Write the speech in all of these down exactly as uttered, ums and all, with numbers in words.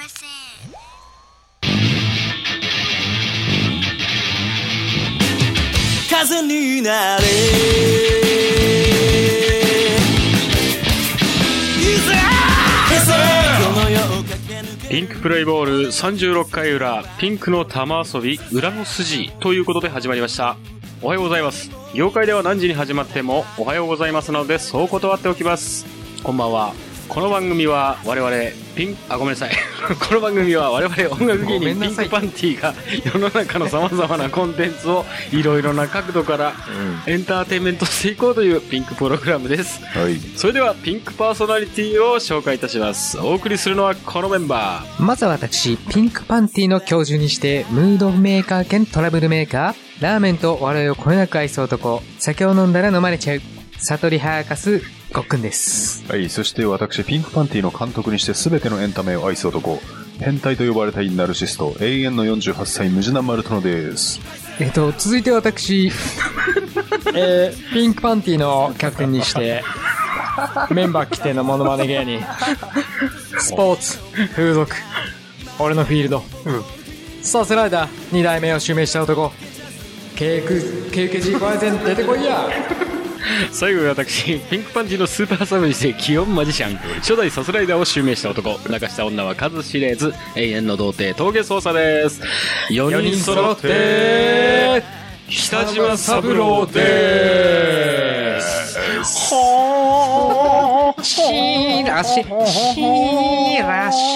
ません。 風になれピンクプレイボールさんじゅうろっかい裏、ピンクの玉遊び裏の筋ということで始まりました。おはようございます。業界では何時に始まってもおはようございますのでそう断っておきます。こんばんは。この番組は我々ピンあごめんなさいこの番組は我々音楽芸人ピンクパンティが世の中の様々なコンテンツをいろいろな角度からエンターテインメントしていこうというピンクプログラムです、はい、それではピンクパーソナリティを紹介いたします。お送りするのはこのメンバー。 まずは私ピンクパンティの教授にしてムードメーカー兼トラブルメーカー、ラーメンと笑いをこよなく愛す男、酒を飲んだら飲まれちゃう悟りハーカスごっくんです。 はい、そして私ピンクパンティの監督にして全てのエンタメを愛す男、変態と呼ばれたいナルシスト、永遠のよんじゅうはっさいムジナマルトノです。 えっと続いて私、えー、ピンクパンティのキャプテンにしてメンバー規定のモノマネ芸人、スポーツ風俗俺のフィールド、うん、サスライダーに代目を襲名した男、ケークケーケジーごあいせん出てこいや最後に私ピンクパンティのスーパーサブにして気温マジシャン、初代サスライダーを襲名した男、泣かした女は数知れず永遠の童貞峠捜査です。よにん揃って北島三郎でーす。 ほーしらししらし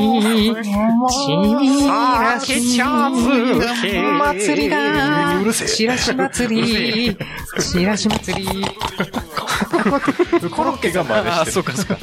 しらしちゃづけ祭りだしらし祭りしらし祭りコロッケが真似してる。 あ、そうかそうか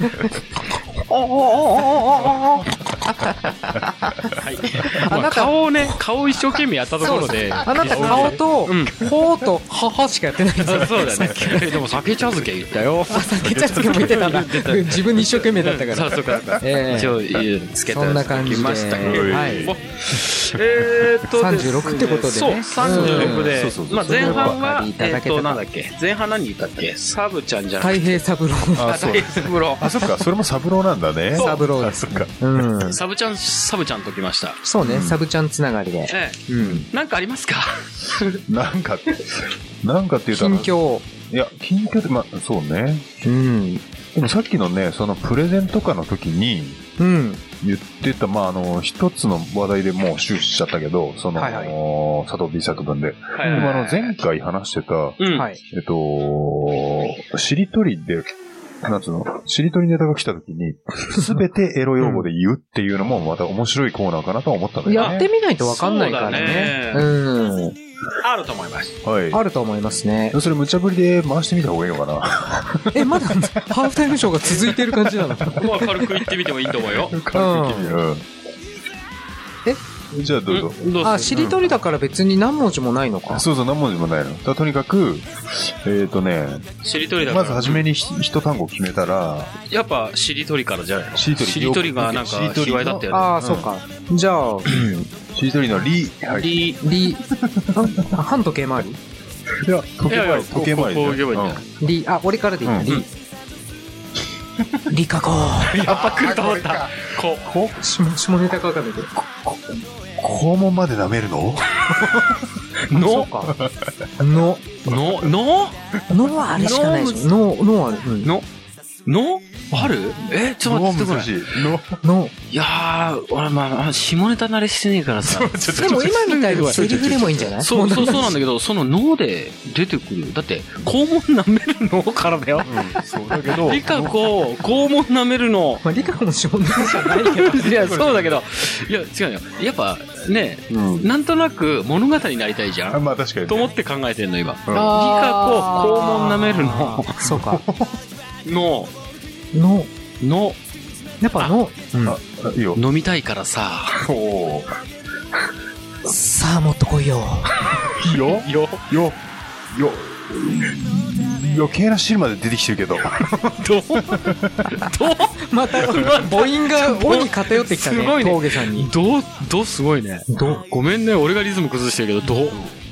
はい、あなた顔をね、顔を一生懸命やったところで、 あなた顔と、うん、ほーと母しかやってないんですよ。 そうだね。でも酒茶漬け言ったよ。 酒茶漬けも言ってたんだ。自分に一生懸命だったから。 そうそうか。えー、一応つけてきましたけど、はい。えーっとさんじゅうろくってことでね。 そう、さんじゅうろくで、まあ前半はえーっとなんだっけ、前半何言ったっけ、サブちゃんじゃなくて。 太平三郎。 あ、太平三郎。 あ、そっか、それも三郎なんだね。 三郎です。 そっか。 うん。 サブちゃん、サブちゃんときました。 そうね、サブちゃんつながりで。 ええ。うん。なんかありますか？ なんか、なんかって言うと。 近況。 いや、近況って、まあ、そうね。うん。でもさっきのね、そのプレゼンとかの時に、うん。言ってた、まあ、あの、一つの話題でもう終始しちゃったけど、その、はいはい、佐藤 B 作文で。はいはい、でもあの、前回話してた、うん、えっと、しりとりで、なんつうの、しりとりネタが来た時に、すべてエロ用語で言うっていうのもまた面白いコーナーかなとは思ったんだよね。 やってみないとわかんないからね。うねうん。 あると思います。 はい。 あると思いますね。 それ無茶ぶりで回してみた方がいいのかな。 え、まだハーフタイムショーが続いてる感じなの？まあ軽く言ってみてもいいと思うよ。 軽く言ってみる。えじゃあどうぞ。 あ、しりとりだから別に何文字もないのか。 そうそう、何文字もないの。だとにかく、えっ、ー、とね、 しりとりだから。 まず初めに一単語決めたら、 やっぱしりとりからじゃないの？ しりとり。 しりとりがなんか卑猥だったよね。 ああ、そうか。じゃあ、 しりとりのリ、 はい、リ、 リ、半時計回り？ いや、時計回り。時計回り。 こう言えばいいんじゃない？ リ、あ、俺からでいいんだ。リ。リカゴー。やっぱ来ると思った。 こ、こ下ネタかわかんないけど。 肛門まで舐めるののののののはあれしかないでしょ。ののある。 ののある？え、ちょっと待ってください。 ののいやー、俺まあ下ネタ慣れしてねえからさ。 でも今みたいにセリフでもいいんじゃない？ そうそうそうなんだけど、そのので出てくる。だって肛門舐めるのからだよ。 うん、そうだけど。 リカコ肛門舐めるの。 まあリカコも下ネタじゃないけど。 いやそうだけど、いや違うよ。やっぱね、うん、なんとなく物語になりたいじゃん。 あまあ確かに、ね。 と思って考えてんの今。リカコ肛門舐めるの。 そうか。 の。 の、 の、 やっぱの、 うん、あいいよ飲みたいからさ。 おさあもっと来いよ。 よよよよ余計な汁まで出てきてるけど。どうどうまた母音が「お」に偏ってきたね。 すごいね。 峠さんに。 どうどうすごいね。 どごめんね、俺がリズム崩してるけど、どう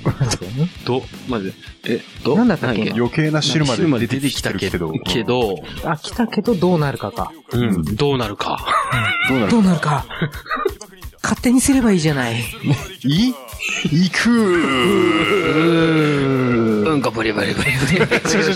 ど、まず、え、ど、 なんだったっけ？ 余計な汁まで出てきたけど、けど、 あ、来たけどどうなるかか。 うん、どうなるか。 どうなるか。どうなるか。勝手にすればいいじゃない。 い行くーうんこブリブリブリブリ。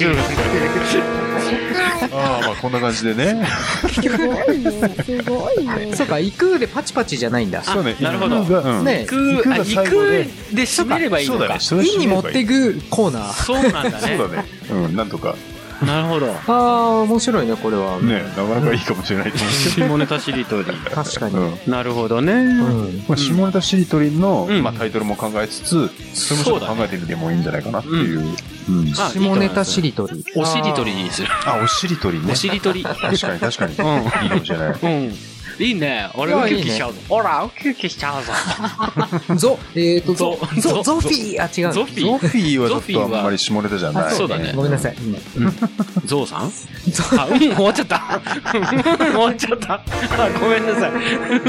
ああ、まあこんな感じでね。 すごいね、すごいね。 そうか、行くでパチパチじゃないんだ。 そうね。 なるほど。 ね、 行く、あ、行くで締めればいいのか。 インに持っていくコーナー。 そうなんだね。 そうだね。うん、なんとか。 なるほど。 ああ、面白いね、これは。 ね、なかなかいいかもしれないと思う。 下ネタしりとり。 確かに。 なるほどね。 まあ下ネタしりとりのまあタイトルも考えつつ、それもちょっと考えてみてもいいんじゃないかなっていう。 下ネタしりとり。 おしりとりにする。 あ、おしりとりね。 おしりとり。 確かに確かに。いいかもしれない。うん。 いいね。俺ウキウキしちゃうぞ。ほら、ウキウキしちゃうぞ。 ゾ、えーと、ゾ、ゾ、ゾフィー、あ、違う。 ゾフィー。 ゾフィーはちょっとあんまり下ネタじゃない。 そうだね。 ごめんなさい。 ゾウさんあ、うん、終わっちゃった。終わっちゃった。あ、ごめんなさい。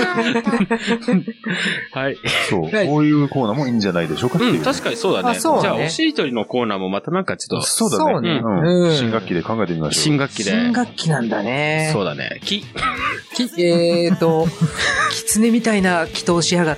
はい。 そう。こういうコーナーもいいんじゃないでしょうか。 うん、確かにそうだね。じゃあ、おしりとりのコーナーもまたなんかちょっと。 そうだね。うん。新学期で考えてみましょう。 新学期で。 新学期なんだね。 そうだね。き、 き、えーと、狐みたいな祈祷しやがって。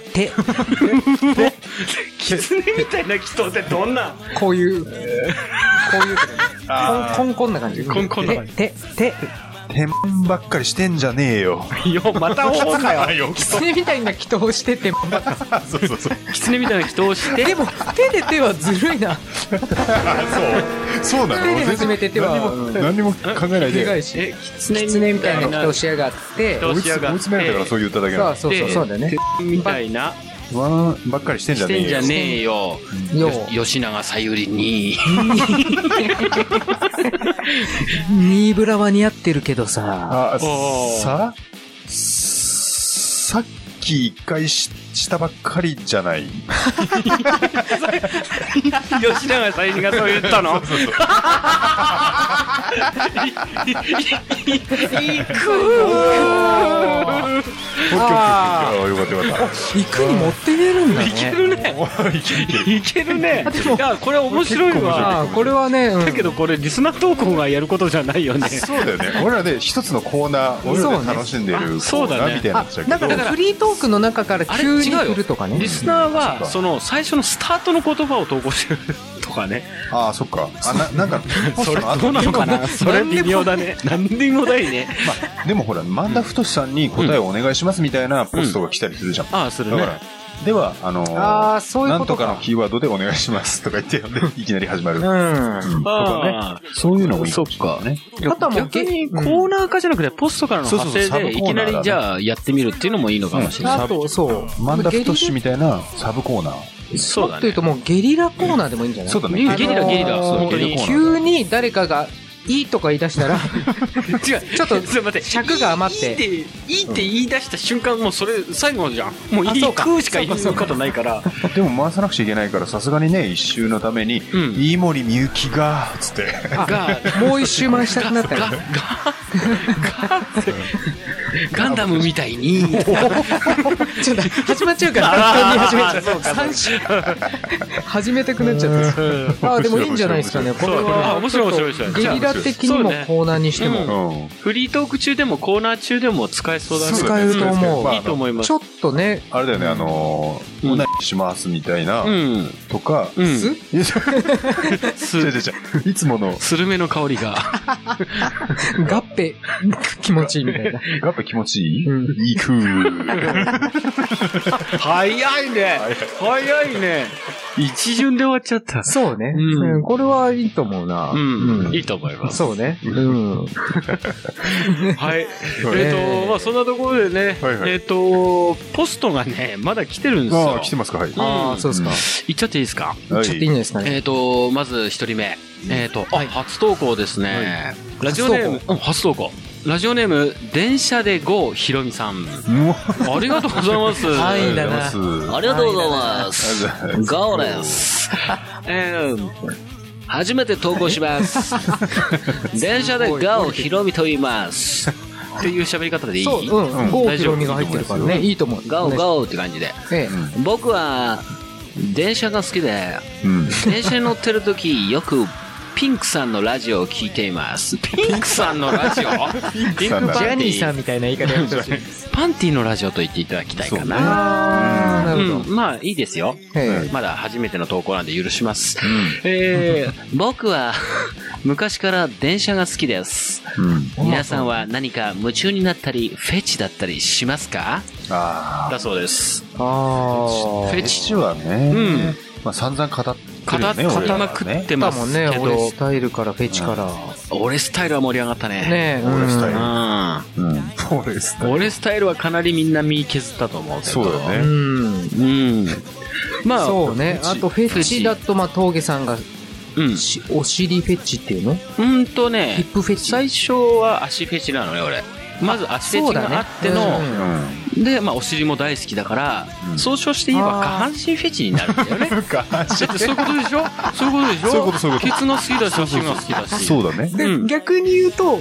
狐みたいな祈祷ってどんなこういう、こういうとか、コンコンな感じ。 コンコンな感じ。 手、手、 手もんばっかりしてんじゃねえよ。 よ、また大かよ。 狐みたいな祈祷して手もんばっかり。 そうそうそう。 狐みたいな祈祷して。 でも、手で手はずるいな。 そう。そうなの。 手で始めて手は。 何にも考えないで。 え、 狐みたいな祈祷しやがって。 追い詰められたからそう言っただけなの。 そうそうそうだね。 みたいな。 わばっかりしてんじゃねえよ。 してんじゃねえよ。よ、吉永さゆりに。 ニーブラは似合ってるけどさ。 あ、ささっき一回ししたばっかりじゃない。 吉永さゆりがそう言ったの？そうそうそう。行くー。 ああ、よかったよかった。 行くに持っていけるんだね。 いけるね。いけるね。でも、いや、これ面白いわ。 これはね。 だけどこれリスナー投稿がやることじゃないよね。 そうだよね。俺らで一つのコーナー、俺らで楽しんでるコーナーみたいなっちゃうけど。 だからフリートークの中から急に来るとかね。 リスナーはその最初のスタートの言葉を投稿してるとかね。 ああ、そっか。あ、な、なんか、 それどうなのかな。それ微妙だね。なんでもないね。 まあ、でもほら、萬田太さんに答えをお願いしますみたいなポストが来たりするじゃん。 ああ、するね。だから、 では、あのー、 あそういうことか。 なんとかのキーワードでお願いしますとか言って読んで、いきなり始まる。うん。 とかね。そういうのもいい。 そっか。ね。 あとはもう逆にコーナー化じゃなくて、ポストからの派生で、いきなりじゃあやってみるっていうのもいいのかもしれない。 あと、そう。 萬田太みたいなサブコーナー。 そうだね。というともうゲリラコーナーでもいいんじゃない？ そうだね。 ゲリラゲリラ。 本当に。急に誰かが、いいとか言い出したら違うちょっと待って尺が余っていいっていいって言い出した瞬間もうそれ最後じゃんもういい食うしか言うことないからでも回さなくちゃいけないからさすがにね一周のために飯森美幸がつってがもう一周回したくなったらががガンダムみたいにちょっと始まっちゃうから始めちゃうさん週始めたくなっちゃったあでもいいんじゃないですかねこれは面白い面白い面白いゲリラ的にもコーナーにしてもフリートーク中でもコーナー中でも使えそうだね使えると思ういいと思いますちょっとねあれだよねあのおなりしますみたいなとかすすいつものスルメの香りがガッペ気持ちいいみたいなガッペ気持ちいいいいく早いね早いね一巡で終わっちゃった。 そうね。うん、これはいいと思うな。 うん。いいと思います。 そうね。うん。 はい。えっと、まあそんなところでね、えっと、ポストがね、まだ来てるんですよ。 ああ、来てますか、はい。 ああ、そうですか。 言っちゃっていいですか言っちゃっていいんですかね。 えっと、まず一人目。えっと、あ、初投稿ですね。ラジオネーム、うん、初投稿。ラジオネーム、電車で ゴー ひろみさん。ありがとうございます。 はい、だな。 ありがとうございます。ゴーです。えー、初めて投稿します。電車で ゴー ひろみと言います。っていう喋り方でいい？ そう、うん。ゴー ひろみが入ってるからね。いいと思う。 ゴーゴーって感じで。僕は、 電車が好きで、うん、電車に乗ってる時よくピンクさんのラジオを聞いています。ピンクさんのラジオピンクさんジャニーさんみたいな言い方やってほしい。 パンティのラジオと言っていただきたいかな。 あー、なるほど、 うん。まあいいですよ。まだ初めての投稿なんで許します。うん、えー、僕は昔から電車が好きです。うん、皆さんは何か夢中になったりフェチだったりしますか？あだそうです。 あー、フェチはね、うん、まあ散々語って語ってまくってますもんね。 俺スタイルからフェチから、 うん、俺スタイルは盛り上がったね。 ねえ、 俺スタイル、うん、 俺スタイル俺スタイルはかなりみんな身削ったと思うけど。 そうだね。うん、 うん、 まあそうね。あとフェチだとまあ峠さんがうん、お尻フェチっていうの？ うんとね、 ヒップフェチ。 最初は足フェチなのね俺。まず足フェチがあっての、ね、うん、でまあお尻も大好きだから、うん、総称して言えば下半身フェチになるんだよね。下半身ってそういうことでしょ？そういうことでしょ？ そういうことそういうこと。 ケツの好きだし足が好きだし。 そうだね。 で、うん、逆に言うと、うん、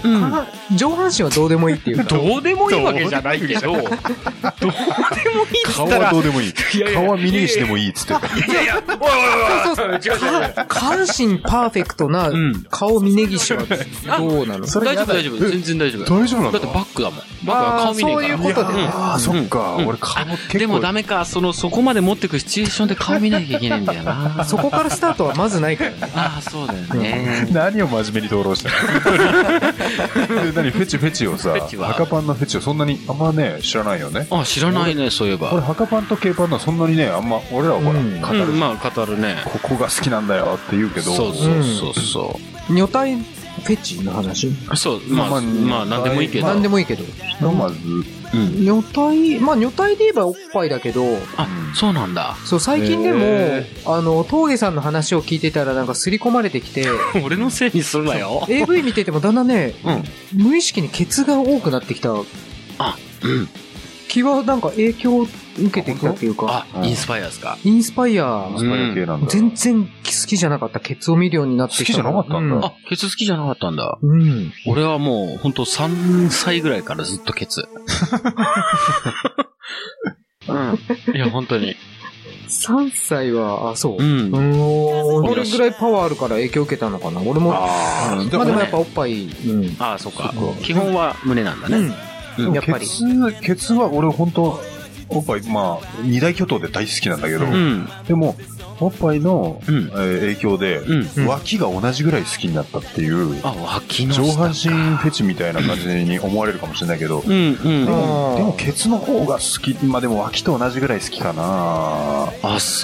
上半身はどうでもいいっていうか。 どうでもいいわけじゃないけど、どうでもいいっつったら。 顔はどうでもいい。顔は峰岸でもいいっつってた。 いやいや、おいおいおい、そうそうそう、違う違う。 下半身パーフェクトな顔峯岸はどうなの？ 大丈夫大丈夫、全然大丈夫。 大丈夫なの？ だってバックだもん。バックは顔見ねえから。 そういうことで。 ああ、そっか。俺顔結構。 でもダメか、その、そこまで持ってくシチュエーションで顔見なきゃいけないんだよな。 そこからスタートはまずないからね。 ああ、そうだよね。 何を真面目に登録したの？何フェチフェチをさ、赤パンのフェチをそんなにあんまね、知らないよね。 あ、知らないね、そういえば。 俺、赤パンとケーパンのそんなにね、あんま、俺らはほら、語る。 まあ、語るね。 ここが好きなんだよって言うけど。 そうそうそうそう。 女体フェチの話？ そう、まあ、まあ、なんでもいいけど。 なんでもいいけど。 まず、 うん、女体、まあ女体で言えばおっぱいだけど、 あ、そうなんだ。 そう、最近でも、あの、峠さんの話を聞いてたらなんか刷り込まれてきて、 俺のせいにするなよ。 エーブイ 見ててもだんだんね、うん、無意識にケツが多くなってきた。 あ、うん。 気はなんか影響を受けてきたっていうか。 あ、インスパイアですか？ インスパイア。 インスパイア系なんだ。 全然好きじゃなかったケツを見るようになってきた。 好きじゃなかったんだ。うん、 あ、ケツ好きじゃなかったんだ。 うん。 俺はもうほんとさんさいぐらいからずっとケツ。うん。いや、本当に。 さんさいは、あ、そう。うん。どれぐらいパワーあるから影響を受けたのかな？俺も。ああ、まあでもやっぱおっぱい。 うん。ああ、そっか。基本は胸なんだね。うんやっぱり。 ケツ、ケツは俺本当おっぱい、まあ、二大巨頭で大好きなんだけど、うん、でも、おっぱいの、うんえー、影響で、うん、脇が同じぐらい好きになったっていう、 あ、脇の上半身フェチみたいな感じに思われるかもしれないけど、うんうん、でも、でもケツの方が好き、まあでも脇と同じぐらい好きかな。 あ、そう。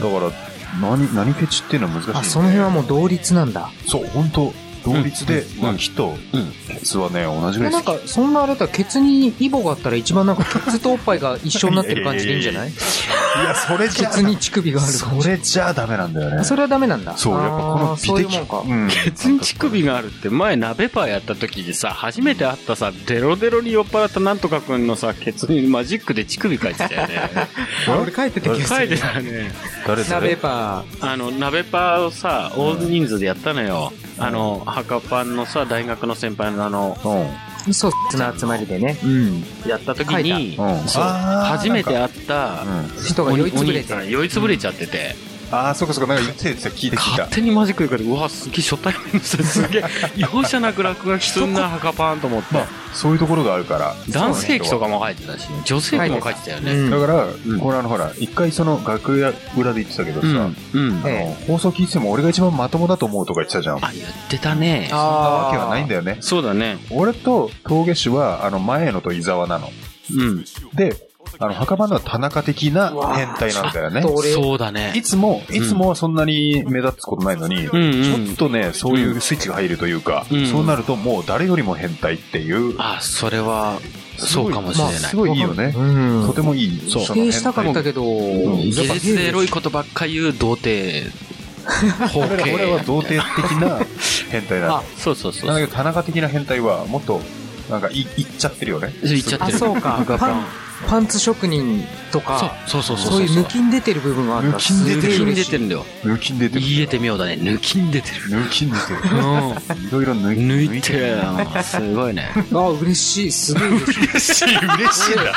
だから、何、何フェチっていうのは難しい、ね。 あ、その辺はもう同率なんだ。 そう、本当同率で、脇とケツはね、同じぐらい好き。なんか、そんなあれだったら、ケツにイボがあったら一番なんか、ケツとおっぱいが一緒になってる感じでいいんじゃない？いや、それじゃ、 ケツに乳首がある感じ。それじゃダメなんだよね。 それはダメなんだ。 そう、やっぱこの美的。 ケツに乳首があるって、前鍋パーやった時にさ、初めて会ったさ、デロデロに酔っ払ったなんとかくんのさ、ケツにマジックで乳首書いてたよね。 俺書いてた気がする。 書いてたよね。 誰だ？ 鍋パー。あの、鍋パーをさ、大人数でやったのよ。あの、墓パンのさ、大学の先輩のあの、 うん、そう、の集まりでね。 うん。やった時に、うん、そう、初めて会った人が酔いつぶれて。 酔いつぶれちゃってて。 ああ、そこそこ、なんか言ってた、聞いてきた。 勝手にマジック言うから、うわ、すげえ初対面の人すげえ、容赦なく落書きすんな、墓パンと思って。まあ、 そういうところがあるから。 男性器とかも書いてたし、女性器も書いてたよね。 だから、これあの、ほら、一回その楽屋裏で言ってたけどさ、放送聞いてても俺が一番まともだと思うとか言ってたじゃん。 あ、言ってたね。 そんなわけはないんだよね。 そうだね。 俺と峠氏は、あの、前野と伊沢なの。うん。で、あの、墓場のは田中的な変態なんだよね。 そうだね。 いつも、いつもはそんなに目立つことないのに、うん、ちょっとね、そういうスイッチが入るというか、うん、そうなるともう誰よりも変態っていう。 あ、それは、そうかもしれない。 すごいいいよね。うん、とてもいい。 そう。否定したかったけど、 技術でエロいことばっか言う童貞。 俺, 俺は童貞的な変態だ。 あ、そうそうそう。 だけど田中的な変態はもっと、なんかい、いっちゃってるよね。 いっちゃってる。 あ、そうか。パン、パンツ職人とか、 そうそうそう。 そういう抜きん出てる部分があるから。 抜きん出てる。 抜きん出てるんだよ。 抜きん出てる。 言えてみようだね。抜きん出てる。 抜きん出てる。うん。いろいろ抜いてる。すごいね。 あ、嬉しい。すごい嬉しい。 嬉しい。嬉しいんだ。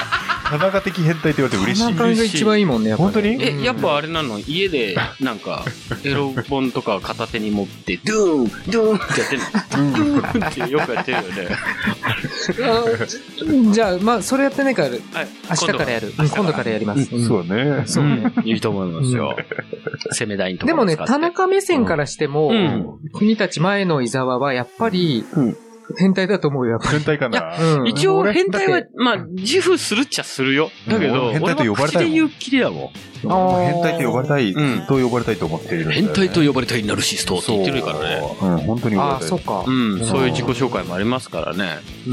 田中的変態って言われて嬉しい。 田中が一番いいもんね、やっぱ、 本当に？ え、やっぱあれなの？家で、なんか、エロ本とか片手に持って、ドゥーンドゥーンってやってんの？ドゥーンってよくやってるよね。じゃあ、まあ、それやってないから、はい、明日からやる。今度からやります。 そうね。 そうね。 いいと思いますよ。攻め台のところでもね、田中目線からしても、君たち前の伊沢はやっぱり、変態だと思うよ。 変態かな。 うん、一応変態は、まあ、自負するっちゃするよ。だけど、 変態と呼ばれたい。 口で言うきりだもん。 変態と呼ばれたい、うん、と呼ばれたいと思っている、ね。 変態と呼ばれたいナルシストって言ってるからね。 うん、本当に呼ばれたい。 あ、そうか。 うん、そういう自己紹介もありますからね。 うん、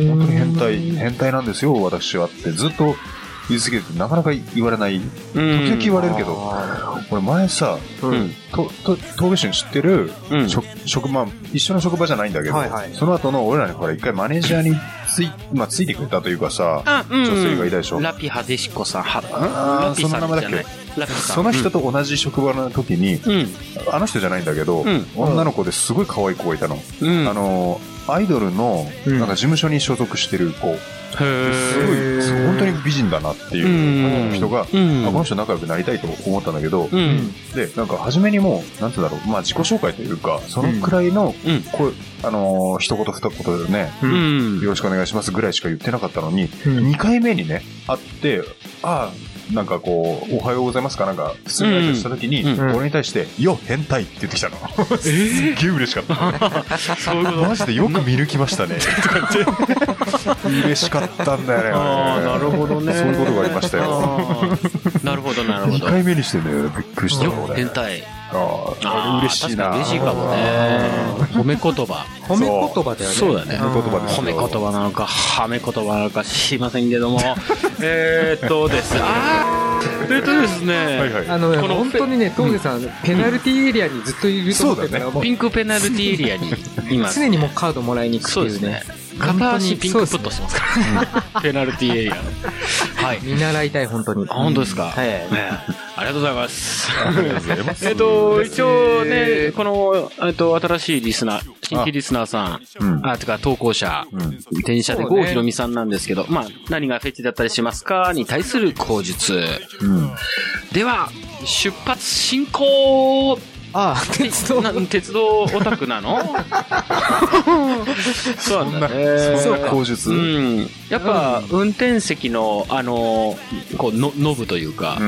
本当に変態、変態なんですよ、私はってずっと言い続けてなかなか言われない。時々言われるけど、俺前さ、うん、と、と、東部市知ってる、うん、職、職場、一緒の職場じゃないんだけど、はいはい、その後の俺らにほら一回マネージャーについ、まあ、ついてくれたというかさ、あ、うん、女性がいたでしょ。 ラピハデシコさん、は、 ラピさんじゃない。ラピさん。その人と同じ職場の時に、うん、あの人じゃないんだけど、うん、女の子ですごい可愛い子がいたの。うん、あの、アイドルの、なんか事務所に所属してる子。すごい、本当に美人だなっていう人が、うん、あ、この人仲良くなりたいと思ったんだけど、うん、で、なんか初めにもう、なんてだろう、まあ自己紹介というか、そのくらいの、うん、こう、あのー、一言二言でね、うん、よろしくお願いしますぐらいしか言ってなかったのに、うん、にかいめにね、会って、ああ、なんかこう、おはようございますかなんか、すぐ挨拶した時に、うん、俺に対して、よ、変態って言ってきたの。えー、すっげえ嬉しかった。そういうことマジでよく見抜きましたね。嬉しかったんだよね。 ああ、なるほどね。 そういうことがありましたよ。 なるほど、なるほど。 にかいめにしてね、びっくりしたよ、 俺。変態。 ああ、嬉しいな。 嬉しいかもね。褒め言葉。 褒め言葉だよね。 そうだね。 褒め言葉です。 褒め言葉なのか、はめ言葉なのか知りませんけども。えーっとです。あーえーっとですね。はいはい。 あの、この本当にね、峠さん、ペナルティーエリアにずっといると思ってたから、 ピンクペナルティーエリアに今。 常にもうカードもらいに行くっていうね。 片足ピンクプットしてますから。ペナルティーエリアの。 はい。見習いたい、本当に。 本当ですか。 はい。 ありがとうございます。ありがとうございます。えっと、一応ね、この、えっと、新しいリスナー、新規リスナーさん、あ、てか、投稿者、電車で郷ひろみさんなんですけど、まあ、何がフェチだったりしますかに対する口述。では、出発進行ああ、鉄道。 鉄道オタクなのそうなんだね。 そんな口述。 うん。やっぱ、運転席の、あの、こう、の、ノブというか、うん、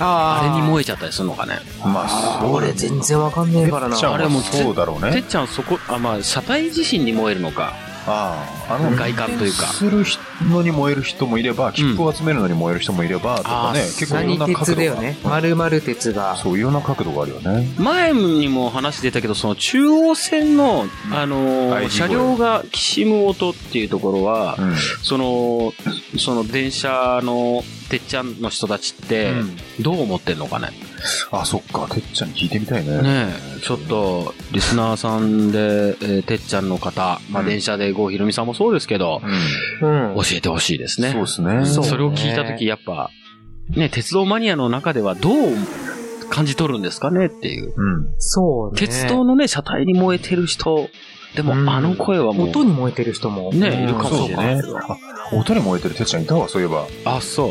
あ, あれに燃えちゃったりするのかね。 まあ、そう。俺全然わかんねえからな。 あれもそうだろうね。 てっちゃんそこ、あ、まあ、車体自身に燃えるのか。 ああ、あの外観というか。 するのに燃える人もいれば、切符を集めるのに燃える人もいれば、とかね、結構いろんな角度が。鉄だよね。 丸々鉄が。 そう、いろんな角度があるよね。 前にも話出たけど、その中央線の、あのー、車両がきしむ音っていうところは、うん、その、その電車のてっちゃんの人たちって、どう思ってんのかね。 あ、そっか、てっちゃんに聞いてみたいね。 ねえ、ちょっと、リスナーさんで、えー、てっちゃんの方、まあ、電車で郷ひろみさんもそうですけど、うん、教えてほしいですね。 そうですね。 それを聞いたとき、やっぱ、ね、鉄道マニアの中ではどう感じ取るんですかねっていう。 うん。そうね。 鉄道のね、車体に燃えてる人、でも、うん、あの声はもう。 音に燃えてる人も。 ね、いるかもしれない。 音に燃えてるてっちゃんいたわ、そういえば。 あ、そう。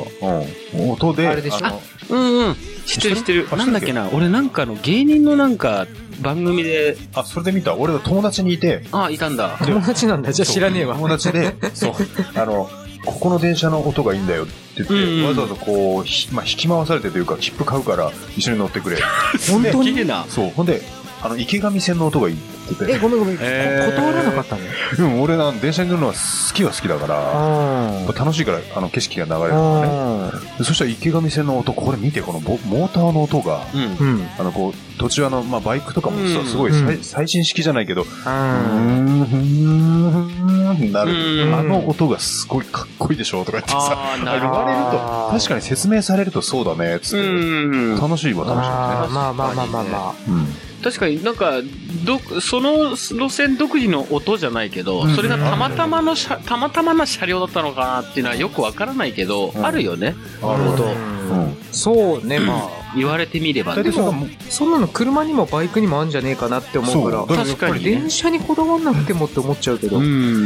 うん。音で。 あれでしょ。 うんうん。知ってる知ってる。なんだっけな、俺なんかの芸人のなんか番組で。 あ、それで見た。俺の友達にいて。 あ、いたんだ。 友達なんだ。じゃあ知らねえわ。 友達で、そう。あの、ここの電車の音がいいんだよって言って、うんうん、わざわざこう、まあ、引き回されてというか、切符買うから一緒に乗ってくれ。 本当にな。 そう。ほんで、あの、池上線の音がいいって言って。 え、ごめんごめん。えー、断らなかったの？ でも俺な、電車に乗るのは好きは好きだから、楽しいから、あの、景色が流れるからね。そしたら池上線の音、これ見て、このモーターの音が、うん、あの、こう、途中あの、まあ、バイクとかもさ、すごい、うん、最新式じゃないけど、うーん、ふーん、ってなる。あの音がすごいかっこいいでしょとか言ってさ、言われると、確かに説明されるとそうだね、つって。楽しいわ、楽しいね。 まあまあまあまあまあ。うん確かになんかどその路線独自の音じゃないけど、うん、それがたまたまの車たまたまな車両だったのかなっていうのはよくわからないけど、うん、あるよね。 なるほど。 うん、そうね、まあ言われてみれば。 でも、そんなの車にもバイクにもあるんじゃねえかなって思うから。 確かに、ね。 電車にこだわんなくてもって思っちゃうけど。 うん。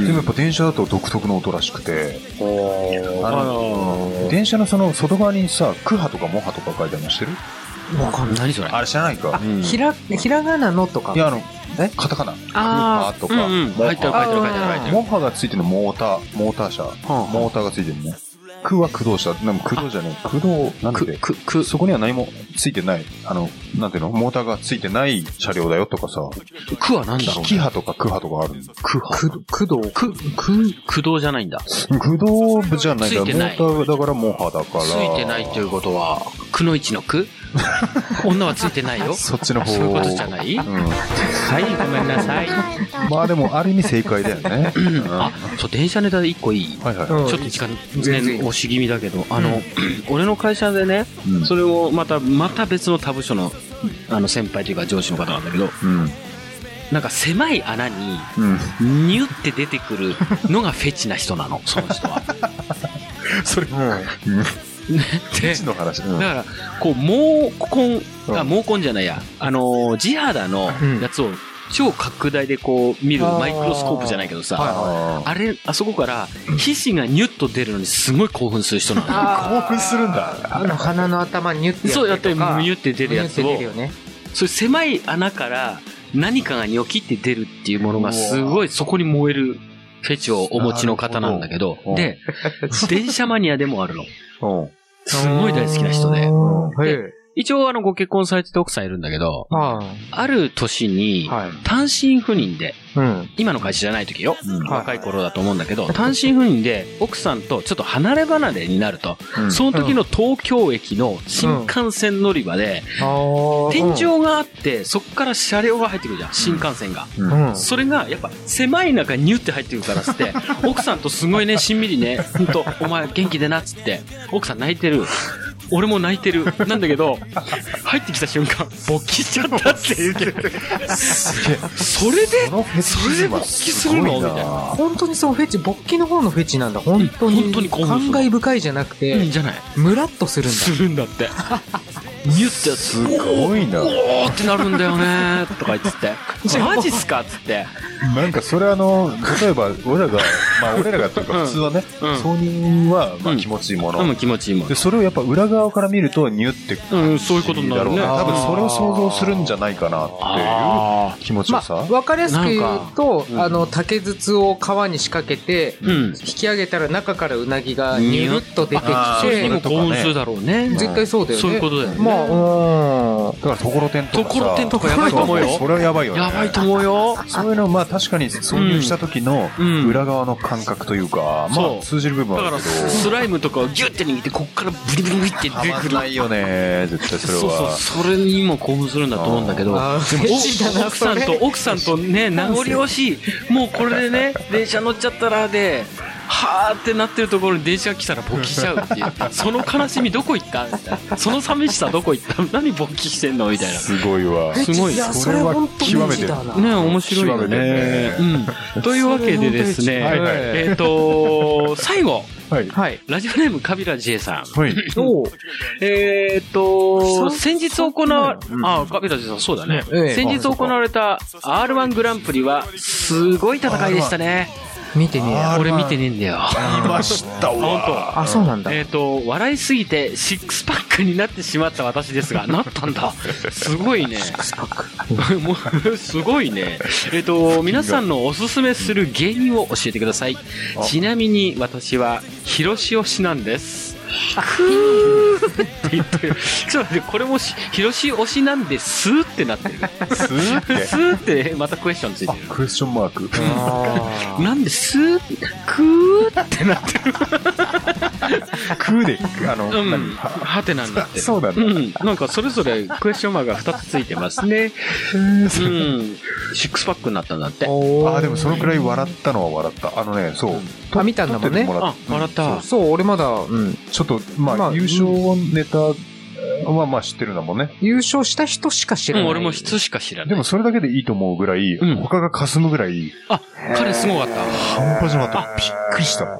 でもやっぱ電車だと独特の音らしくて。あの、電車のその外側にさ、クハとかモハとか書いてあるの知ってる？ わかんない。何それ？ あれ知らないか。 ひら、ひらがなのとか。 いや、あの、えカタカナ。クハとか。 うんうん。書いてある書いてある書いてある書いてある。 モハがついてるのモーター、モーター車。モーターがついてるね。クは駆動車。でも駆動じゃねえ。駆動、なんでく、く、 そこには何もついてない。あの、なんていうのモーターがついてない車両だよとかさ。 クは何だろう、 キハとかクハとかあるんだ。 クハ駆動く、く、駆動じゃないんだ。 駆動じゃないんだ。モーターだからモハだから。 ついてないということは、くのいちのく女はついてないよ。 そっちの方。 そういうことじゃない？うん。はい、ごめんなさい。 まあでも、ある意味正解だよね。 あ、そう、電車ネタで一個いい？ はいはい。 ちょっと時間、全然押し気味だけど、あの、俺の会社でね、それをまた、また別の他部署の、あの、先輩というか上司の方なんだけど、なんか狭い穴に、ニュって出てくるのがフェチな人なの、その人は。 それ、 ね、での話、うん、 だからこう毛根あ毛根じゃないやあのー、地肌のやつを超拡大でこう見るマイクロスコープじゃないけどさ、あ, あれあそこから皮脂がニュッと出るのにすごい興奮する人なの。 興奮するんだ。 あの鼻の頭ニュッてやってそうやってニュッて出るやつを、 ね、 そういう狭い穴から何かがニョキって出るっていうものがすごいそこに燃えるフェチをお持ちの方なんだけど、で電車マニアでもあるの。すごい大好きな人で。で一応あのご結婚されてて奥さんいるんだけど、ある年に単身赴任で、今の会社じゃない時よ、若い頃だと思うんだけど、単身赴任で奥さんとちょっと離れ離れになると、その時の東京駅の新幹線乗り場で、天井があってそこから車両が入ってくるじゃん、新幹線が。それがやっぱ狭い中ニュって入ってくるからつって、奥さんとすごいね、しんみりね、ほんとお前元気でなっつって、奥さん泣いてる。俺も泣いてる。なんだけど、入ってきた瞬間、勃起しちゃったって言ってる。それで、それで勃起するのみたいな。 本当にそう、フェチ、勃起の方のフェチなんだ。本当に。 本当に感慨深いじゃなくて、 うん、じゃない。 ムラッとするんだ。 するんだって。ニュってやつ。 すごいな。 おーってなるんだよねとか言ってて。マジっすかっつって。 なんかそれあの、例えば俺らが、まあ俺らがというか普通はね、挿入はまあ気持ちいいもの。 うん、気持ちいいもの。 で、それをやっぱ裏側から見るとニュってうん、そういうことになるね。 多分それを想像するんじゃないかなっていう気持ちよさ。 まあ、わかりやすく言うと、あの、竹筒を川に仕掛けて、引き上げたら中からうなぎがニュッと出てきて、 も興奮するだろうね。 絶対そうだよね。 そういうことだよね。 まあ、うん。 だからところてんとかさ。 ところてんとかやばいと思うよ。 それはやばいよね。 やばいと思うよ。 そういうのまあ確かに挿入した時の裏側の感覚というか、まあ通じる部分はあるけど。 だからスライムとかをギュッて握ってこっからブリブリブリって出てくる。 たまんないよね、絶対それは。 そうそう、それにも興奮するんだと思うんだけど、でも奥さんと奥さんとね、名残惜しい。もうこれでね、電車乗っちゃったらで。はーってなってるところに電車が来たら勃起しちゃうっていう。その悲しみどこ行ったみたいな。その寂しさどこ行った何勃起してんのみたいな。 すごいわ。 すごい。 いや、それは本当に極めてる。 ね、面白いよね。うん。というわけでですね、えっと、最後。 はい。 はい。ラジオネーム、カビラ J さん。 はい。 えっと、先日行わ、あ、カビラ J さん、そうだね。先日行われた アールワン グランプリは、すごい戦いでしたね。 見てねえ。 俺見てねえんだよ。 見ましたわ。 本当。 あ、そうなんだ。 えっと、笑いすぎてシックスパックになってしまった私ですが、なったんだ。すごいね。シックスパック。もう、すごいね。えっと、皆さんのおすすめする芸人を教えてください。ちなみに私は、ヒロシ推しなんです。くーって言ってる。ちょっと待って、これもヒロシ推しなんですーってなってる。 スーってスーってまたクエスチョンついてる。 クエスチョンマーク。 なんでスーってクーってなってる。 クーであの、 うん、はてなになってる。 そうだね。 うん、なんかそれぞれクエスチョンマークがふたつついてますね。うん、シックスパックになったんだって。 ああでもそのくらい笑ったのは笑った。あのね、そう。 あ、見たんだもんね。 あ、笑った。 そう、俺まだ、うん。 ちょっと、まあ、優勝ネタはまあ知ってるんだもんね。 優勝した人しか知らない。 うん、俺も人しか知らない。 でもそれだけでいいと思うぐらい、他が霞むぐらい。 あ、彼すごかった。 半端じゃなかった。びっくりした。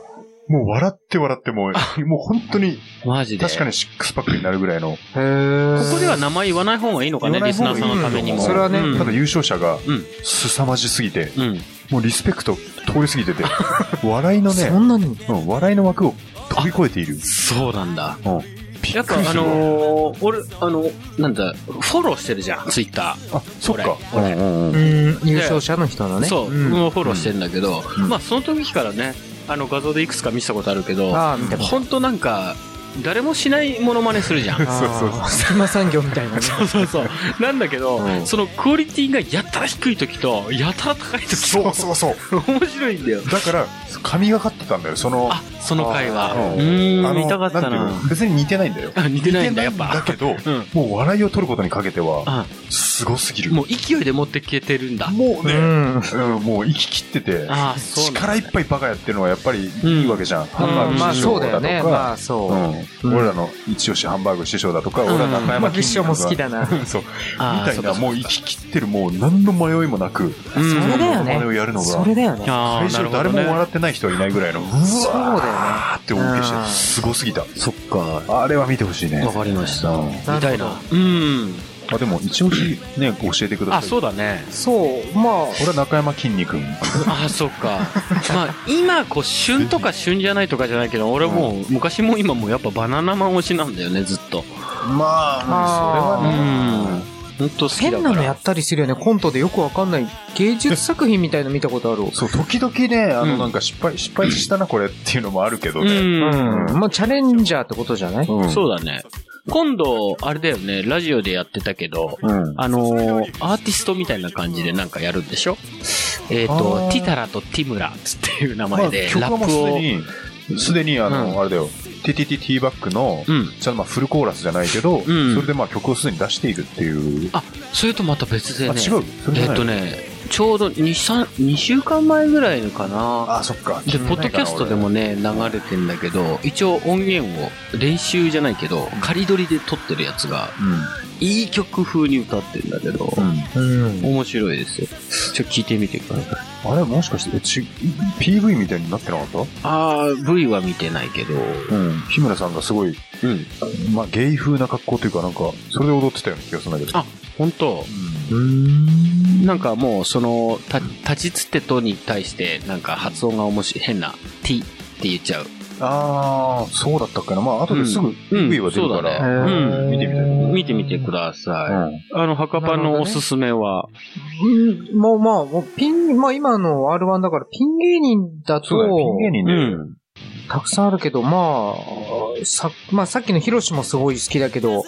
もう笑って笑ってもう、もう本当に、 マジで。 確かにシックスパックになるぐらいの。 へー。ここでは名前言わない方がいいのかね、リスナーさんのためにも。 それはね、 ただ優勝者が、凄まじすぎて、もうリスペクト通り過ぎてて、笑いのね、 そんなに、 うん、笑いの枠を飛び越えている。 そうなんだ。 うん。 やっぱあのー、俺、あの、なんだ、フォローしてるじゃん、ツイッター。 あ、そっか。 俺。 うん、優勝者の人のね。 そう、もうフォローしてるんだけど、まあその時からね、あの画像でいくつか見せたことあるけど、本当なんか、誰もしないモノマネするじゃん。そうそうそう。隙間産業みたいなね。 そうそうそう。なんだけど、うん、そのクオリティがやたら低い時と、やたら高い時と。 そうそうそう。 面白いんだよ。 だから、神がかってたんだよ、その。 あ、その回は。うん、ん見たかったな。 別に似てないんだよ。 あ、似てないんだ、やっぱ。 だけど、うん、もう笑いを取ることにかけては、すごすぎる。 もう勢いで持って消えてるんだ。 もうね、うんうん、もう息切ってて、あそう力いっぱいバカやってるのはやっぱりいいわけじゃん。ハンバーグ師匠だとか、ね、まあそう、うん、俺らの一押しハンバーグ師匠だとか、俺ら中山師匠も好きだな。 そう。みたいな、もう息切ってる、もう何の迷いもなく、 それだよね。 真似をやるのが、 それだよね。 会場誰も笑ってない人はいないぐらいの、うわーって大受けして、すごすぎた。 そっか。 あれは見てほしいね。 わかりました。見たいな。うん。 あ、でも、一押しね、教えてください。 あ、そうだね。 そう、まあ。 俺は中山きんに君。 あ、そっか。まあ、今、こう、旬とか旬じゃないとかじゃないけど、俺もう、昔も今もやっぱバナナマン推しなんだよね、ずっと。 まあ、それはね。 うん。本当好きだから。 変なのやったりするよね、コントでよくわかんない。芸術作品みたいの見たことある。 そう、時々ね、あの、なんか失敗、失敗したな、これっていうのもあるけどね。 うん。まあ、チャレンジャーってことじゃない？ そうだね。今度、あれだよね、ラジオでやってたけど、うん、あのー、アーティストみたいな感じでなんかやるんでしょ？えっ、ー、と、ティタラとティムラっていう名前で、 まあ、ラップを。すでに、あの、うん、あれだよ、ティティティティーバックの、うん、ちゃんとまあフルコーラスじゃないけど、うん、それでまあ曲をすでに出しているっていう。 あ、それとまた別でね。 あ、違う？ えっ、ー、とね、ちょうどに、さん、にしゅうかんまえぐらいのかな。 あ、そっか。 で、ポッドキャストでもね、流れてんだけど、一応音源を練習じゃないけど、仮撮りで撮ってるやつが、うん、いい曲風に歌ってるんだけど、うん、面白いですよ。ちょっと聞いてみてください。 あれもしかして、ち ピーブイ みたいになってなかった？ ああ、ブイ は見てないけど、 うん。日村さんがすごい、うん。まあ、ゲイ風な格好というかなんか、それで踊ってたような気がするんだけど。 あ、本当。うん。なんかもう、その、た、立ちつてとに対して、なんか発音が面白い、変な、t って言っちゃう。 ああ、そうだったっけな。まあ、後ですぐ ピーブイ は出るから、 うん、 うん、見てみたい。 見てみてください。うん、あの、ハカパンのおすすめは、 うん、もうまあ、もうピン、まあ今の アールワン だからピン芸人だと、 そうだね、ピン芸人で、うん、 たくさんあるけど、まあ、さ、まあさっきのヒロシもすごい好きだけど、うん、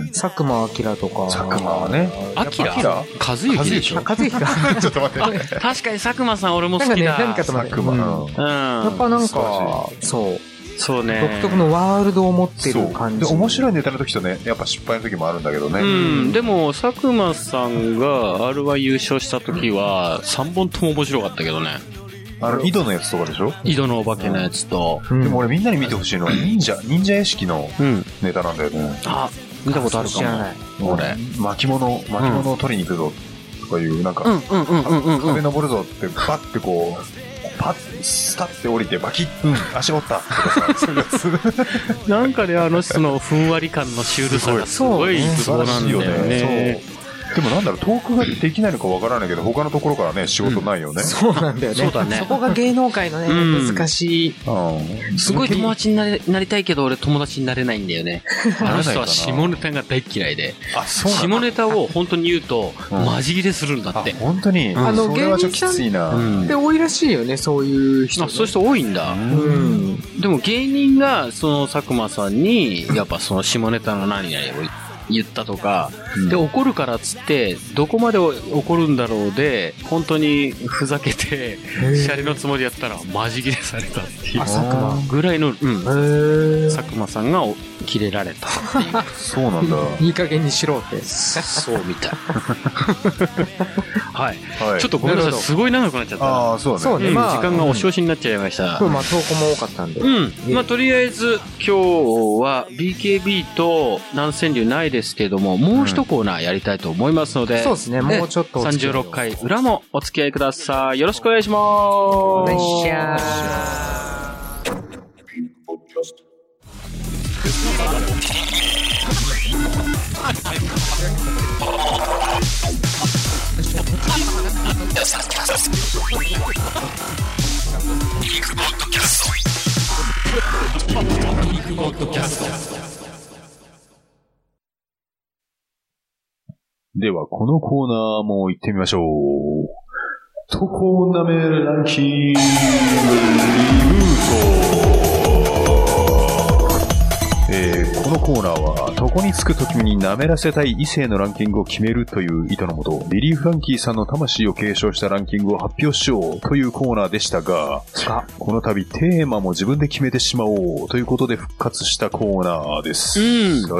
佐久間明とか。 佐久間はね。 明和之でしょ？ 和之か。 ちょっと待って。 確かに佐久間さん俺も好きだ。 なんかね、何かと思って。 佐久間。 うん。やっぱなんか、そう。 そうね。 独特のワールドを持ってる感じ。 で、面白いネタの時とね、やっぱ失敗の時もあるんだけどね。 うん。でも、佐久間さんが アールワン 優勝した時は、さんぼんとも面白かったけどね。 あの、井戸のやつとかでしょ？ 井戸のお化けのやつと。 うん、でも俺みんなに見てほしいのは、忍者、忍者屋敷のネタなんだよね。うん、 あ、見たことあるかも。知らない。 俺。巻物、巻物を取りに行くぞ、とかいう、なんか、 うんうんうんうんうん。 壁登るぞって、バッてこう、パッ、スタッて降りてバキッ、うん、足折ったとかさ、そういうやつ。 なんかね、あの人のふんわり感のシュールさがすごいツボなんだよね。 でもなんだろう、トークができないのかわからないけど、他のところからね、仕事ないよね。 うん、そうなんだよね。 そうだね。 そこが芸能界のね、うん、難しい。 うん、すごい友達になれなりたいけど、俺友達になれないんだよね。あの人は下ネタが大嫌いで。 あ、そうなんだ。 下ネタを本当に言うと、マジ切れするんだって。 あ、本当に。 あの、 それはちょっときついな。 で、多いらしいよね、そういう人、ね。 あ、そういう人多いんだ。うん。でも芸人が、その佐久間さんに、やっぱその下ネタの何々を言ったとか、うん、で怒るからっつってどこまで怒るんだろうで本当にふざけてシャレのつもりやったらマジ切れされたっていう佐久間ぐらいの、うん、佐久間さんが切れられたっていうそうなんだいい加減にしろってそうみたいはい、はい、ちょっとごめんなさいすごい長くなっちゃったああそうね、 そうね、まあ、時間が押し押しになっちゃいました、 うん、まあ投稿も多かったんでうんまあとりあえず今日は ビーケービー と南川柳ないですけどももう一コーナーやりたいと思いますので、うん、 そうですねもうちょっとさんじゅうろっかい裏もお付き合いくださいよろしくお願いしますお願いしますでは、このコーナーも行ってみましょう。トコナメランキングリブート。えー、このコーナーは、床につく時に舐めらせたい異性のランキングを決めるという意図のもと、リリー・フランキーさんの魂を継承したランキングを発表しようというコーナーでしたが、この度テーマも自分で決めてしまおうということで復活したコーナーです。 うん。 はい。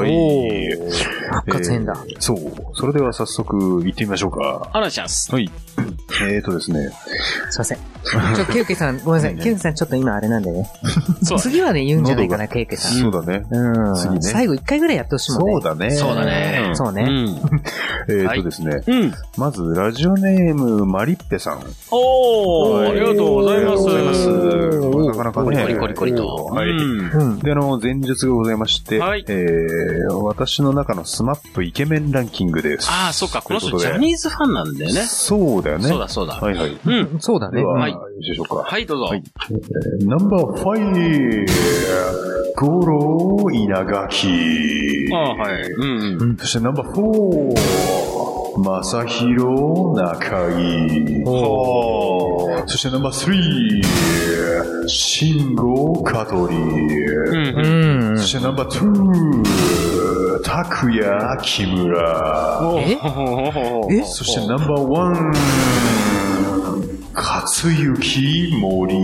復活編だ、 えー。そう。それでは早速行ってみましょうか。 お願いします。 はい。えーとですね。 すいません。ちょ、ケウケさん、ごめんなさい。ケウケさんちょっと今あれなんでね。次はね、言うんじゃないかな、ケウケさん。 そうだね。 うん。 次ね。 最後一回ぐらいやってほしいもんね。 そうだね。 そうだね。 そうね。 えーとですね。 うん。 まず、ラジオネーム、マリッペさん。 おー、ありがとうございます。 ありがとうございます。なかなかね。 コリコリコリと。 はい。で、あの、前述がございまして、はい。えー、私の中のスマップイケメンランキングです。 ああ、そっか、この人ジャニーズファンなんだよね。 そうだよね。 そうだ、そうだ。 はいはい。 うん、そうだね。 はい。よろしいでしょうか。 はい、どうぞ。はい。 ナンバーファイブ、ゴロ稲垣。 ああ、はい。うん。 そしてナンバーフォー、まさひろ中井。そしてナンバースリー、慎吾香取。うん。そしてナンバーツー、拓也木村。 え？ そしてナンバーワン、勝行森。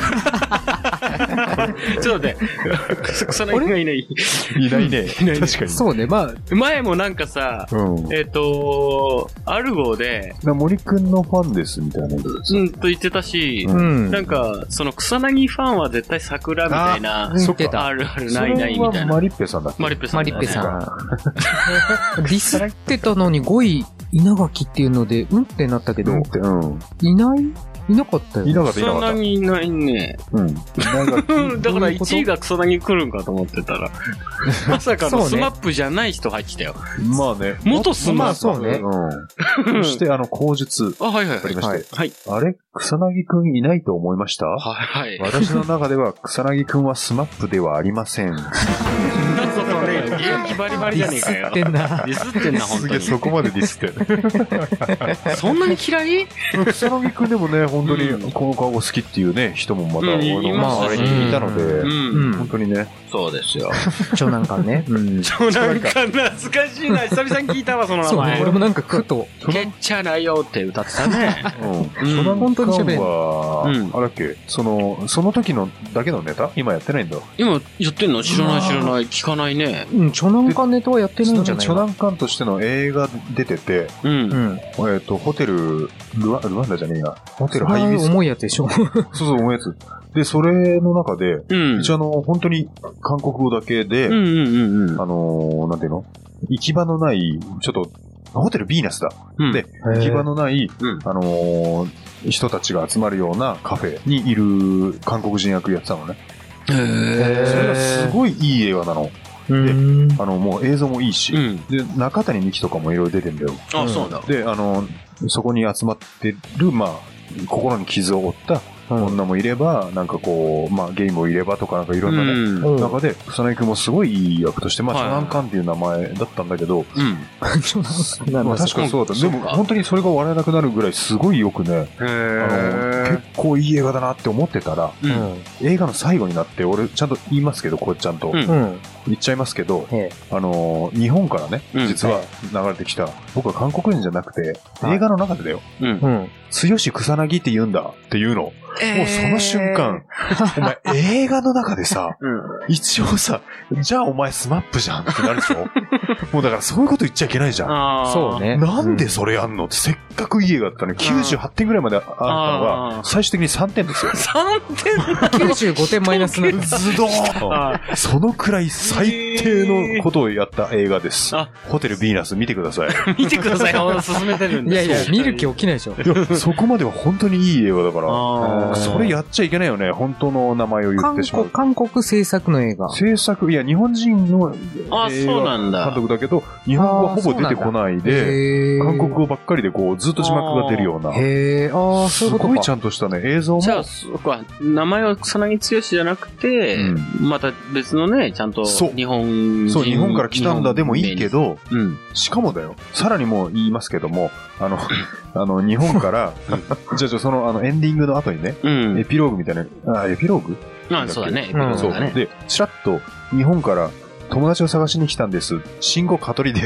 ちょっとね、草薙がいない。 いないね。 いないね。 確かに。 そうね、まあ。 前もなんかさ、うん、えっ、ー、と、アルゴで、 森くんのファンですみたいなことです。 うんと言ってたし、うん、なんか、その草薙ファンは絶対桜みたいな、 言ってた。 あるあるないないみたいな。 マリッペさんだっけ？ マリッペさん。 マリッペさん。ディスってたのにごい稲垣っていうので、うんってなったけど、うんってうん、いないいなかったよ。 いなかった、いなかった。 草薙いないね。うん。だからいちいが草薙来るんかと思ってたら、まさかのスマップじゃない人入ってきたよ。 まあね。 元スマップ。 まあそうね。 うん。そしてあの、口述。 あ、はいはい。 ありまして。 はい。 あれ草薙くんいないと思いました？ はい。 私の中では草薙くんはスマップではありません。 そこね、元気バリバリじゃねえかよ。 ディスってんな。 ディスってんな、本当に。 そこまでディスってる。そんなに嫌い？ 草薙くんでもね、本当にこの顔が好きっていうね、人もまた、まあ、あれにいたので、本当にね。 そうですよ。 長男感ね。 長男感懐かしいな。久々に聞いたわ、その名前。 俺もなんかふと。 けっちゃないよって歌ってたね。 長男感は、あれだっけ、その、その時のだけのネタ今やってないんだ。 今やってんの？知らない知らない。聞かないね。 うん、長男感ネタはやってないんじゃない？ 長男感としての映画出てて、うん。えっと、ホテル、ルワンダじゃねえや。ホテルハイビス。 重いやつでしょ。 そうそう、重いやつ。で、それの中で、一応あの、本当に韓国語だけで、あの、なんていうの？行き場のない、ちょっと、ホテルヴィーナスだ。で、行き場のない、あの、人たちが集まるようなカフェにいる韓国人役やってたのね。へー。それがすごいいい映画なの。で、あの、もう映像もいいし、で、中谷美紀とかもいろいろ出てんだよ。 あ、そうだ。 で、あの、そこに集まってる、まあ、心に傷を負った女もいれば、なんかこう、まあゲームをいればとかなんかいろんなね、うん、中で、草薙くんもすごいいい役として、まあ、長男館っていう名前だったんだけど、うん。まあ確かにそうだった。でも本当にそれが笑えなくなるぐらいすごいよくね、あの、結構いい映画だなって思ってたら、うん、映画の最後になって、俺ちゃんと言いますけど、こうちゃんと、うん、言っちゃいますけど、あの、日本からね、実は流れてきた、僕は韓国人じゃなくて、映画の中でだよ。うん。強し草薙って言うんだっていうの。えー、もうその瞬間、お前映画の中でさ、うん、一応さ、じゃあお前スマップじゃんってなるでしょもうだからそういうこと言っちゃいけないじゃん。 そうね。 なんでそれやんのって、せっかくいい映画だったのにきゅうじゅうはってんぐらいまであったのが、最終的にさんてんですよ。 さんてん ? きゅうじゅうごてんマイナスなズドーンそのくらい最低のことをやった映画です。ホテルヴィーナス見てください。 見てください。進めてるんで。 いやいや、見る気起きないでしょ。 そこまでは本当にいい映画だから。それやっちゃいけないよね。本当の名前を言ってしまう。 韓国、韓国制作の映画。 制作、いや、日本人のあ、そうなんだ。 監督督だけど、日本語はほぼ出てこないで、韓国語ばっかりでこう、ずっと字幕が出るような。 へー、ああ、そういうことか。 すごいちゃんとしたね、映像も。 じゃあ、そうか、名前は草薙剛じゃなくて、うん、また別のね、ちゃんと日本人。 そう、日本から来たんだでもいいけど、うん、しかもだよ、さらにもう言いますけども、あの、あの、日本から、じゃあ、じゃあその、あの、エンディングの後にね、うん、エピローグみたいな、あ、エピローグあ、そうだね、エピローグだね。 で、ちらっと、日本から、友達を探しに来たんです。信号蚊取りです。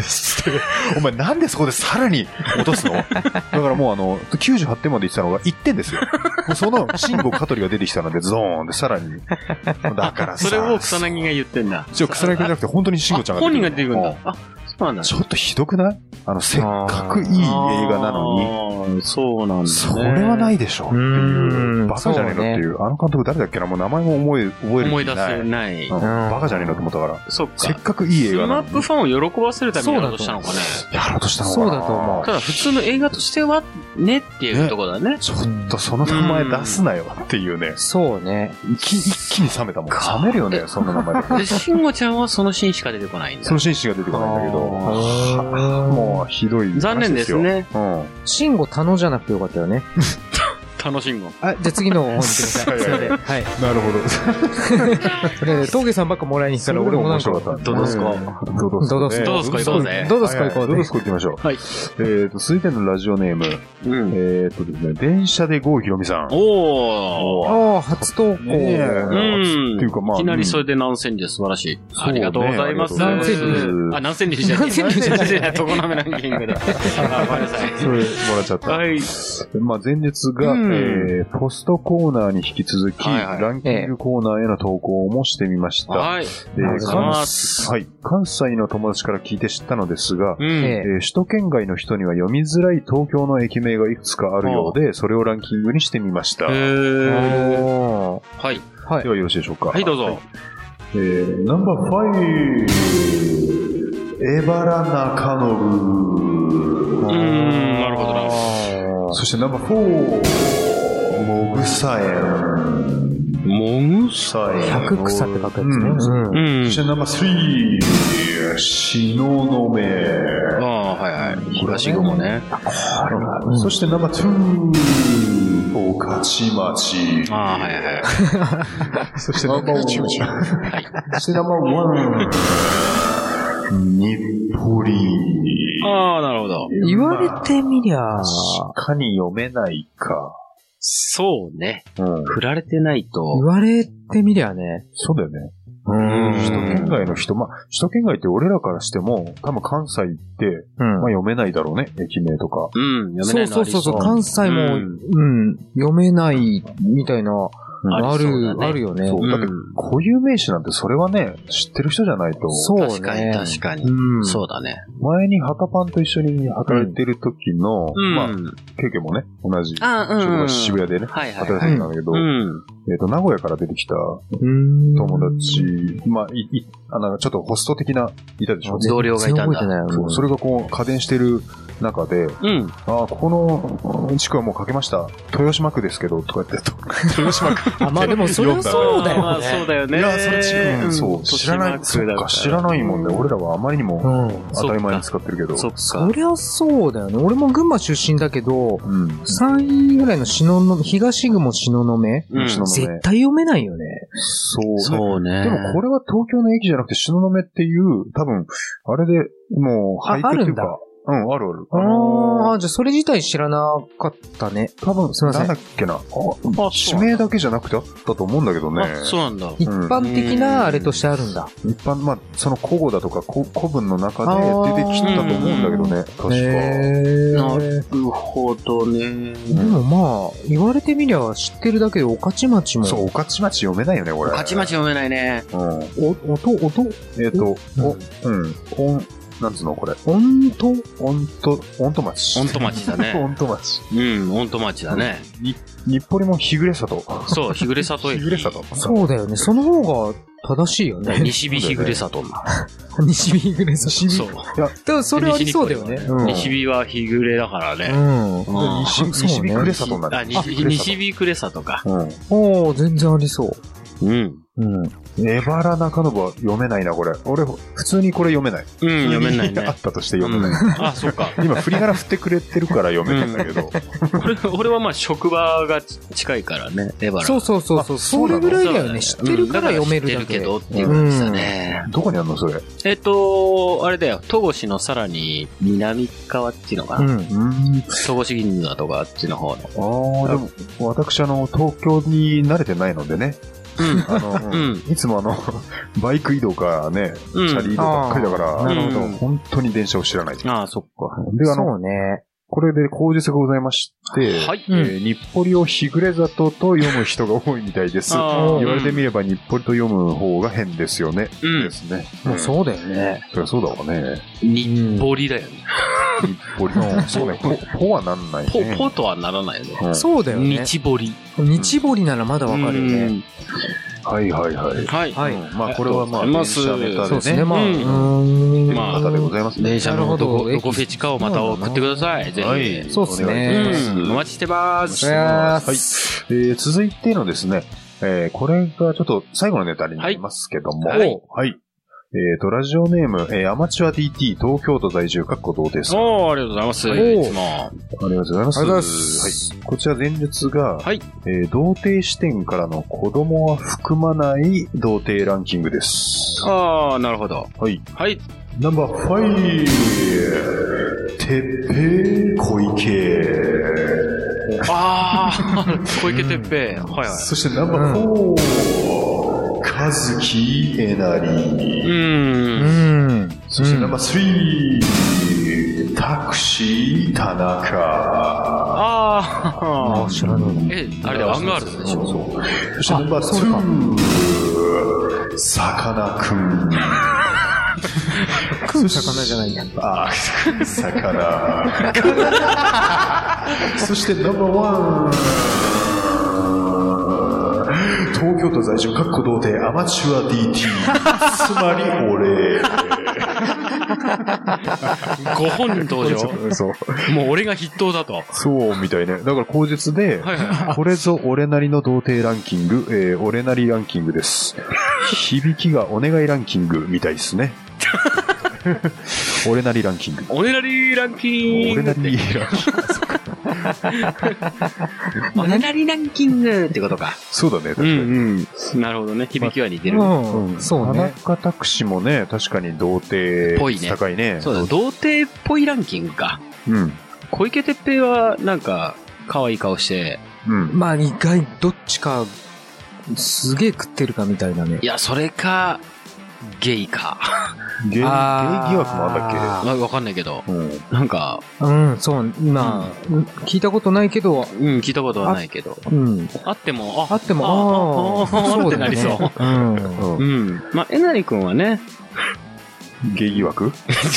お前なんでそこでさらに落とすの？だからもうあの、きゅうじゅうはってんまで言ってたのがいってんですよ。もうその信号蚊取りが出てきたので、ゾーンでさらに。だからさ。 それを草薙が言ってんだ。 一応草薙じゃなくて本当に信号ちゃんが出てくる。本人が出てくるんだ。あ、そうなんだ。 ちょっとひどくない？あの、せっかくいい映画なのに。そうなんだ、ね。 それはないでしょっていう。バカじゃねえのっていう。あの監督誰だっけな？もう名前も覚え、覚える。 思い出せない。 バカじゃねえのと思ったから。 そっか。 せっかくいい映画なのに。 スマップファンを喜ばせるためにやろうとしたのかね。 やろうとしたのかな。そうだと思う。 ただ普通の映画としてはねっていうところだね。 ちょっとその名前出すなよっていうね。 そうね。 一気一気に冷めたもん。冷めるよね、そんな名前で。 で、しんごちゃんはそのシーンしか出てこないんだ。 そのシーンしか出てこないんだけど。もうひどい。 残念ですね。 うん。シンゴタノじゃなくてよかったよね。 楽しんご。 あ、じゃあ次の方に行ってください。それで。はい。 なるほど。峠さんばっかもらいに来たら俺もなんか。 どうですかどうですかどうですか行こうぜ。 どうですか行こうぜ。 どうですか行きましょう。はい。えっと、続いてのラジオネーム。えっとですね、電車で郷ひろみさん。 おー。ああ、初投稿。うん。っていうかまあ。 いきなりそれで何千里素晴らしい。ありがとうございます。 何千里あ、何千里じゃない。何千里じゃない。とこなめランキングで。あ、ごめんなさい。 それもらっちゃった。はい。まあ前日が、えー、ポストコーナーに引き続き、はいはい、ランキングコーナーへの投稿もしてみました。はい。えー、関はい。関西の友達から聞いて知ったのですが、うんえー、首都圏外の人には読みづらい東京の駅名がいくつかあるようで、それをランキングにしてみました。へー。はい。 はい。ではよろしいでしょうか。 はい、どうぞ。はい、 えー、ナンバーファイブ、エバラ中野部。 うーん、なるほどな。 そしてナンバーフォー、もぐさ園。 もぐさ園。 百草って書くやつね。 うん。そしてナンバースリー、しののめ。 ああ、はいはい。東雲ね。 そしてナンバーツー、御徒町。 ああ、はいはい。 そしてナンバーワン。はい。そしてナンバーワン、日暮里。 ああ、なるほど。 言われてみりゃ、 確かに読めないか。 そうね。うん。振られてないと。 言われてみりゃね。 そうだよね。うん。首都圏外の人、まあ、首都圏外って俺らからしても、多分関西って、うん、まあ読めないだろうね、駅名とか。 うん、読めないのありそう。 そうそうそう、関西も、うん、うん、読めないみたいな、ある、あるよね。 そう。だって、固有名詞なんてそれはね、知ってる人じゃないと。 そうね。確かに、確かに。うん。そうだね。 前にハカパンと一緒に働いてる時の、まあ、ケイケもね、同じ、渋谷でね、働いてたんだけど、えっと、名古屋から出てきた友達、まあ、い、い、あの、ちょっとホスト的な、いたでしょ。 同僚がいたんだ。 そう、それがこう、家電してる中で、うん、ああ、ここの地区はもうかけました。豊島区ですけど、とか言って、豊島区。 あ、まあでもそれはそうだよね。 まあそうだよね。 いや、それ違う。うん、そう、知らない。そっか、知らないもんね。俺らはあまりにも当たり前に使ってるけど。 そっか。そりゃそうだよね。俺も群馬出身だけど、うん、さんいぐらいの篠の、東雲篠の目、うん、絶対読めないよね。 そう。 そうね。 でもこれは東京の駅じゃなくて篠の目っていう、多分、あれで、もう、俳句っていうか、うん、あるある。 あのー、あ、じゃあそれ自体知らなかったね。 多分、すみません。なんだっけな。あ、地名だけじゃなくてあったと思うんだけどね。 あ、そうなんだ。 一般的なあれとしてあるんだ。 一般、まあ、その古語だとか古文の中で出てきたと思うんだけどね。確か。 なるほどね。 でもまあ、言われてみりゃ知ってるだけで、御徒町も。 そう、御徒町読めないよね、これ。 御徒町読めないね。 うん。お、音、音えっと、お、うん、音、なんつうのこれ。 音と音と、音と町。 音と町だね。 音と町。 うん、音と町だね。 に、日暮里も日暮里。 そう、日暮里駅。 日暮里。 そうだよね。その方が正しいよね。 西日日暮里。 西日日暮里。西日。いや、でもそれはありそうだよね。 西日は日暮れだからね。 うん。西日暮里なんだ。 あ、西日暮里か。 おー、全然ありそう。 うん。 うん。エバラ中信は読めないな、これ。俺、普通にこれ読めない。 うん、読めないね。 あったとして読めない。 うん、あ、そうか。 今、振り仮名振ってくれてるから読めるんだけど。 うん、俺, 俺はまあ、職場が近いからね、エバラ。 そうそうそうそう。それぐらいだよね。知ってるから読めるだけ。 知ってるけどっていう感じだね。 どこにあるのそれ。 えっと、あれだよ。戸越のさらに南側っていうのかな。うん。戸越銀河とかあっちの方の。 ああ、でも、私あの、東京に慣れてないのでね。うん、あの、うん、いつもあの、バイク移動かね、チャリ移動ばっかりだから、なるほど、本当に電車を知らない。 ああ、そっか。 で、あの、 そうね。 これで口実がございまして、はい。えー、日暮里を日暮れ里と読む人が多いみたいです。言われてみれば日暮里と読む方が変ですよね。うん。ですね。 もうそうだよね。 そりゃそうだわね。 日暮里だよね。 日暮里の、そうね。ポ、ポはなんないね。 ポ、ポとはならないよね。 そうだよね。 日暮里。 日暮里ならまだわかるよね。 はいはいはい。 はい。 はい。まあこれはまあ、電車ネタでね。 そうですね。まあ、うーん。まあ、方でございますね。 電車のどこ、どこフェチかをまた送ってください。ぜひ。はい。 そうですね。 お待ちしてます。 はい。えー、続いてのですね、えー、これがちょっと最後のネタになりますけども、はい。はい。えっと、ラジオネーム、えー、アマチュア ディーティー、東京都在住、かっこどうですか？ おー、ありがとうございます。 はい、いつも。ありがとうございます。 ありがとうございます。 はい。こちら前述が、はい。えー、童貞視点からの子供は含まない童貞ランキングです。 あー、なるほど。 はい。 はい。 ナンバーファイブ、てっぺい小池。 あー、小池てっぺい。はいはい。 そしてナンバーフォー、かずきえなり。うーん。 そしてナンバースリー、タクシー田中。 あー。知らない。 え、あれでアンガールズでしょ。 そうそう。そしてナンバーツー、さかなクン。 クン魚じゃないんだ。 あー、魚。そしてナンバーワン、東京都在住、かっこ童貞、アマチュア ディーティー。つまり俺。 ご本人登場。 そう。 もう俺が筆頭だと。 そう、みたいね。だから口実で、はいはい、これぞ俺なりの童貞ランキング、えー、俺なりランキングです。響きがお願いランキングみたいですね。俺なりランキング。 俺なりランキング。 俺なりランキング。 俺なりランキングってことか。 そうだね、確かに。うんうん、なるほどね。響きは似てる。 まうんうん、そうね。田中拓司もね、確かに童貞高いね。高いね。 そうだ、童貞っぽいランキングか。うん。小池徹平はなんか、可愛い顔して。 うん。まあ、意外、どっちか、すげえ食ってるかみたいなね。 いや、それか、ゲイか。 ゲイ、ゲイ疑惑もあんだっけ？ まあ、わかんないけど。うん、なんか。 うん、そう、まあ、うん、聞いたことないけど。うん、 聞いたことはないけど。うん。あっても、 あ、あっても、 ああ、そうってなりそう。うん。うん。まあ、えなりくんはね、 ゲイ疑惑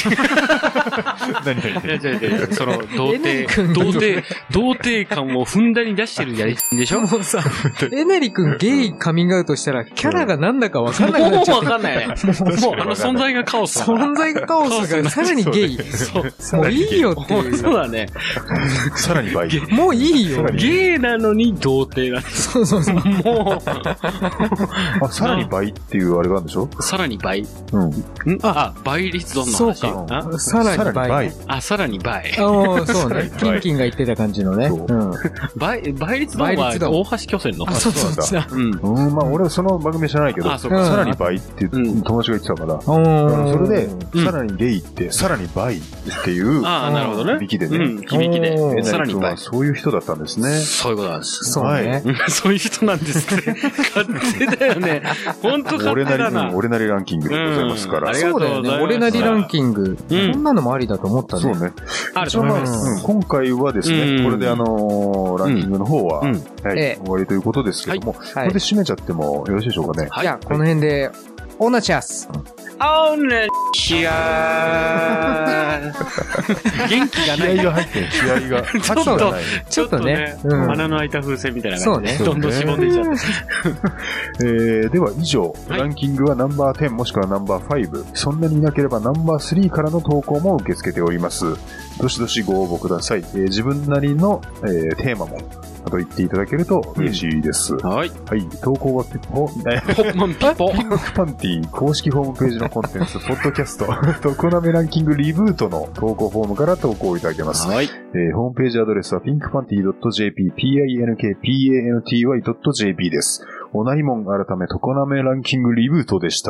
何々 いやいやいやその、童貞、童貞、童貞感をふんだんに出してるやりでしょもうさ、えなりくんゲイカミングアウトしたら、キャラがなんだかわかんなくなっちゃって。 もうわかんないね。もう、あの存在がカオスだ。 存在がカオスがさらにゲイ。そう。もういいよっていう。 そうだね。 さらに倍。 もういいよ。 ゲイなのに童貞だ。 そうそうそう。もう。 あ、さらに倍っていうあれがあるんでしょ？ さらに倍。うん。んあ、倍率どんな話？ そうか。さらに倍。 あ、さらに倍。 ああ、そうね。キンキンが言ってた感じのね。うん。 倍、倍率どんは大橋巨船の話。 そうそうだ。 うん。うん、まあ俺はその番組知らないけど、さらに倍って友達が言ってたから、それで、さらにゲイって、さらに倍っていう、 ああ、なるほどね。 響きでね。 響きで、さらに倍。 そういう人だったんですね。 そういうことなんです。 そうね。 そういう人なんですね。勝手だよね。本当勝手だな。 俺なりランキングでございますから。 そうだよね。俺なりランキング。そんなのもありだと思ったね。 そうね。 あると思います。 今回はですね、これであの、ランキングの方は、はい、終わりということですけども、これで締めちゃってもよろしいでしょうかね。 じゃあ、この辺で、オナチャス。 オナチャス。元気がない。 気合が入ってる。気合が。 ちょっと、ちょっとね、穴の開いた風船みたいな感じで、どんどんしぼんでいっちゃって。 えー、では以上、ランキングはナンバーテンもしくはナンバーファイブ、そんなにいなければナンバースリーからの投稿も受け付けております。どしどしご応募ください。えー、自分なりの、えー、テーマもあと言っていただけると嬉しいです。 うん、はい。 はい。投稿はピッポ、 ポッマンピッポ。 ピンクパンティ公式ホームページのコンテンツ、ポッドキャスト、トコナメランキングリブートの投稿フォームから投稿いただけます。 はい。 えー、ホームページアドレスは ピンクパンティードットジェーピー、ピンクパンティードットジェーピー です。おなりもん改めトコナメランキングリブートでした。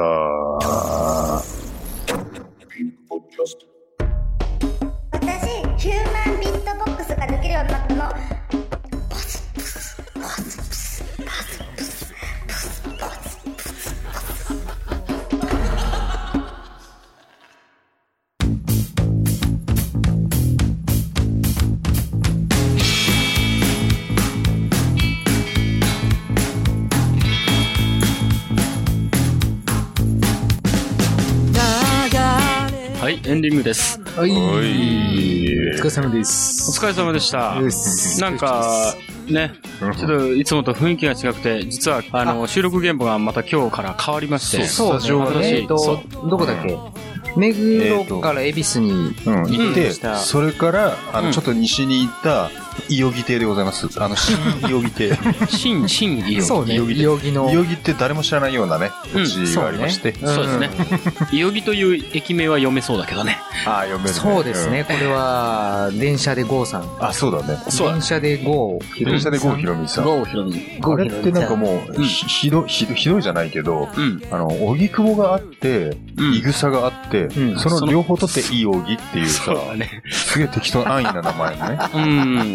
私、ヒューマンビットボックスができるようになったの。 はい、エンディングです。 はい。お疲れ様です。 お疲れ様でした。なんか、ね、ちょっといつもと雰囲気が違くて、実は、あの、収録現場がまた今日から変わりまして。 そう、そうね。えっと、どこだっけ？目黒から恵比寿に行って、それから、あの、ちょっと西に行った、伊予木亭でございます。あの、新伊予木亭。 新、新伊予木。 そうね、伊予木の。 伊予木って誰も知らないようなね、土地がありまして。 そうですね。伊予木という駅名は読めそうだけどね。 ああ、読める。 そうですね。これは、電車でゴーさん。 あ、そうだね。 電車でゴー。 電車でゴーひろみさん。 ゴーひろみ。 あれってなんかもう、ひど、ひど、ひどいじゃないけど、あの、荻窪があって、いぐさがあって、その両方とっていい荻っていうさ、すげえ適当な安易な名前ね。 うん。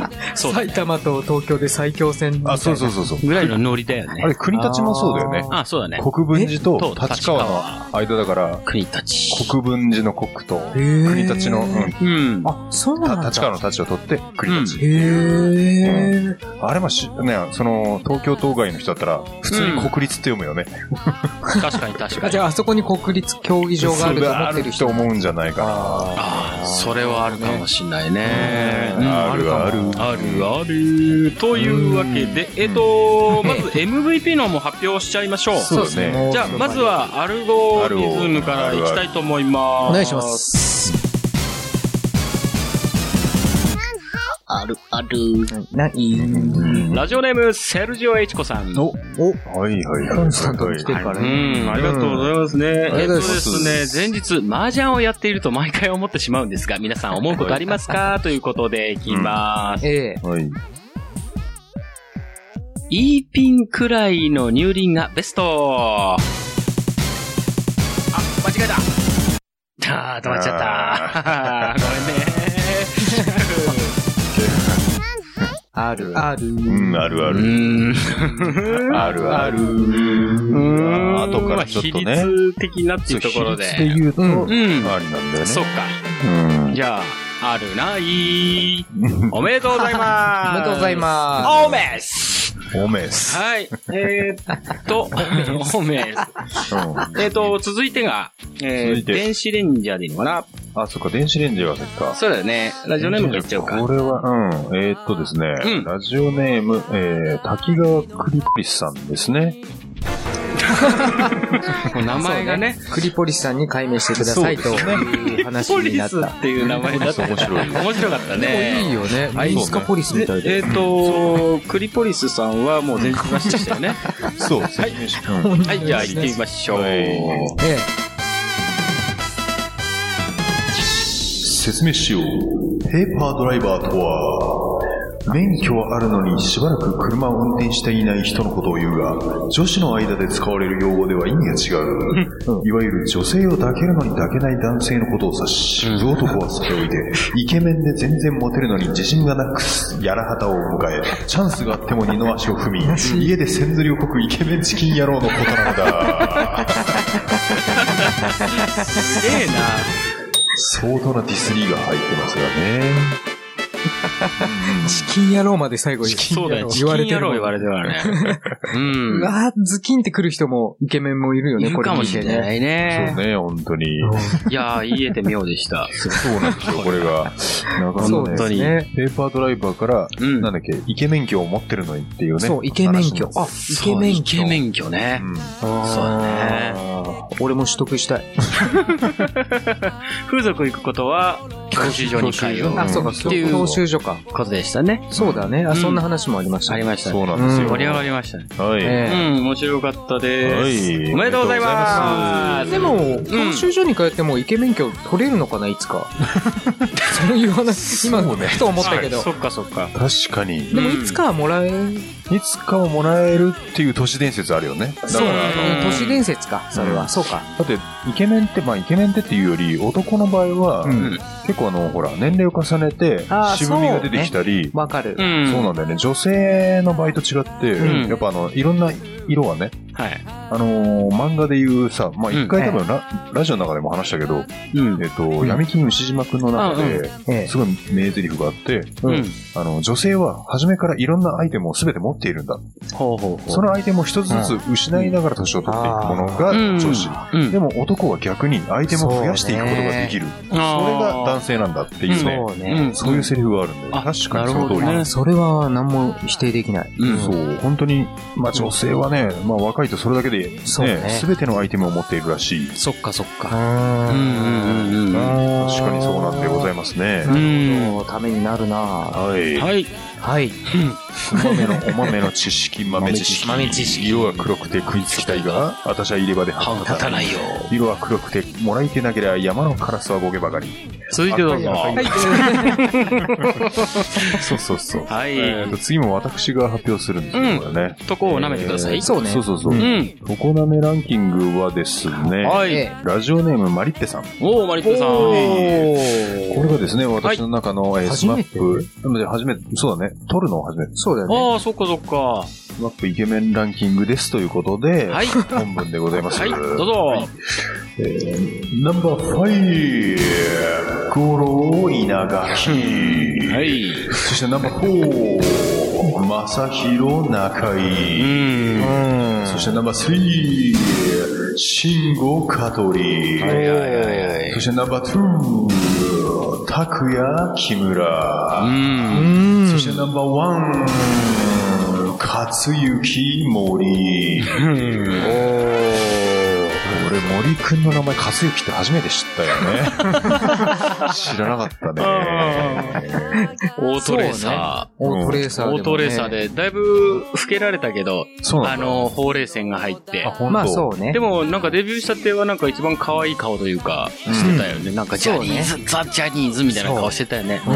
埼玉と東京で最強戦。 あ、そうそうそうそう。 ぐらいのノリだよね。 あれ、国立もそうだよね。 あ、そうだね。 国分寺と立川の間だから、 国立。 国分寺の国と、国立の、 うん。 あ、そうなんだ。 立川の立を取って、国立。 へー。 あれもし、ね、その、東京都外の人だったら、普通に国立って読むよね。 確かに確かに。 じゃあ、あそこに国立競技場があると思ってる人。 思うんじゃないかな。 ああ、それはあるかもしんないね。 あるある。 あるある。というわけで、えっと、まず エムブイピー のも発表しちゃいましょう。 そうですね。 じゃあ、まずはアルゴリズムからいきたいと思います。 お願いします。 あるある。 なにラジオネーム、セルジオエチコさん。 お、お、はいはいはい。 さんから来てるからね。うん、ありがとうございますね。えっとですね、前日、麻雀をやっていると毎回思ってしまうんですが、皆さん思うことありますかということでいきます。 ええ。はい。 E ピンくらいの乳輪がベスト。あ、間違えた。あー、止まっちゃった。ごめんね。 あるある。 うん、あるある。あるある。うん。あとからちょっとね。 比率的なっていうところで。 比率で言うと、うん。ありなんだよね。 そっか。うん。じゃあ、あるないおめでとうございます。 おめでとうございます。 オメスオメス。 はい。えーっと、オメス。えーっと、続いてが、えー、電子レンジャーでいいのかな。 あ、そっか、電子レンジはそっか。 そうだよね。ラジオネームが言っちゃうか。 これは、うん。えー、っとですね、うん、ラジオネーム、えー、滝川クリポリスさんですね。 名前がね、 クリポリスさんに改名してくださいという話になった。 クリポリスっていう名前だった。 面白い。 面白かったね。 でもいいよね。アイスカポリスみたいで。 えっと、クリポリスさんはもう前日なしでしたよね。 そう。はい。 はい、じゃあ行ってみましょう。ええ。 説明しよう。ペーパードライバーとは、免許はあるのにしばらく車を運転していない人のことを言うが、女子の間で使われる用語では意味が違う。いわゆる女性を抱けるのに抱けない男性のことを指し、男はさておいて、イケメンで全然モテるのに自信がなく、やらはたを迎え、チャンスがあっても二の足を踏み、家で千釣りをこくイケメンチキン野郎のことなのだ。 すげえな。 相当なディスリーが入ってますがね。 チキン野郎まで最後に言われてる。チキン野郎言われてるわね。 うん。うわぁ、ズキンって来る人もイケメンもいるよね、 これ。いるかもしれないね。 そうね、本当に。 いやー、言えて妙でした。 そうなんですよ、これが。なんか本当に。 ペーパードライバーから、なんだっけ、イケ免許を持ってるのにっていうね。 そう、イケ免許。あ、イケ免許。イケ免許ね。そうだね。 俺も取得したい。 風俗行くことは、教習所に通う。 あ、そうか、っていう。教習所か。 ことでしたね。 そうだね。あ、そんな話もありました。 ありました。 そうなんですよ。 盛り上がりましたね。 はい。 うん、面白かったです。はい。おめでとうございます。 でも、教習所に通ってもイケ免許取れるのかな、いつか。そういう話、今、ふと思ったけど。 そっかそっか。 確かに。 でも、いつかはもらえる。 いつかはもらえるっていう都市伝説あるよね。 そう、都市伝説か、それは。そうか。 だって、イケメンって、まあ、イケメンってっていうより、男の場合は、結構あの、ほら、年齢を重ねて、渋みが出てきたり。 わかる。 そうなんだよね。女性の場合と違って、やっぱあの、いろんな色がね、はい。あのー、漫画で言うさ、まあ、一回多分ラ、うん、ラジオの中でも話したけど、うん、えっと、うん、闇金牛島くんの中で、うん、すごい名台詞があって、うん、あの、女性は初めからいろんなアイテムを全て持っているんだ。ほうほうほう。そのアイテムを一つずつ失いながら年を取っていくものが女子。うんうん、でも男は逆にアイテムを増やしていくことができる。そ, それが男性なんだっていうね。そうね。そういうセリフがあるんで、確かにその通り、ね。 それは何も否定できない。 うん、そう、本当に、まあ女性はね、まあ若いとそれだけで、ね、すべてのアイテムを持っているらしい。 そっかそっか。 うんうんうん、確かにそうなんでございますね。 うん。ためになるな。 はい。 はい。 はい。 お豆の、お豆の知識、豆知識。 豆知識。 色は黒くて食いつきたいが、私は入れ歯で歯が立たないよ。色は黒くてもらいてなければ山のカラスはゴケばかり。 続いてどうぞ。はい。 そうそうそう。 はい。 えっと、次も私が発表するんですけどね。 とこを舐めてください。 そうね。 そうそうそう。うん。とこ舐めランキングはですね。はい。ラジオネームマリッペさん。 おー、マリッペさん。 これがですね、私の中のスマップ。初めて。そうだね。撮るのを初めて。 そうだよね。 ああ、そっかそっか。 スマップイケメンランキングですということで、はい。本文でございます。 はい、どうぞ。はい、 えー、ナンバーファイブ、ゴロ稲垣。はい。そしてナンバーフォー、正弘中井。うん。そしてナンバースリー、慎吾香取。はいはいはいはい。そしてナンバーツー、拓也木村。うん。そしてナンバーワン、勝幸森。うん。俺森くんの名前勝幸って初めて知ったよね。知らなかったね。 オートレーサー。オートレーサー。 オートレーサーで、だいぶ老けられたけど、あの、ほうれい線が入って。 まあそうね。 でもなんかデビューしたてはなんか一番可愛い顔というか、してたよね。なんかジャニーズ、ザ・ジャニーズみたいな顔してたよね。うん。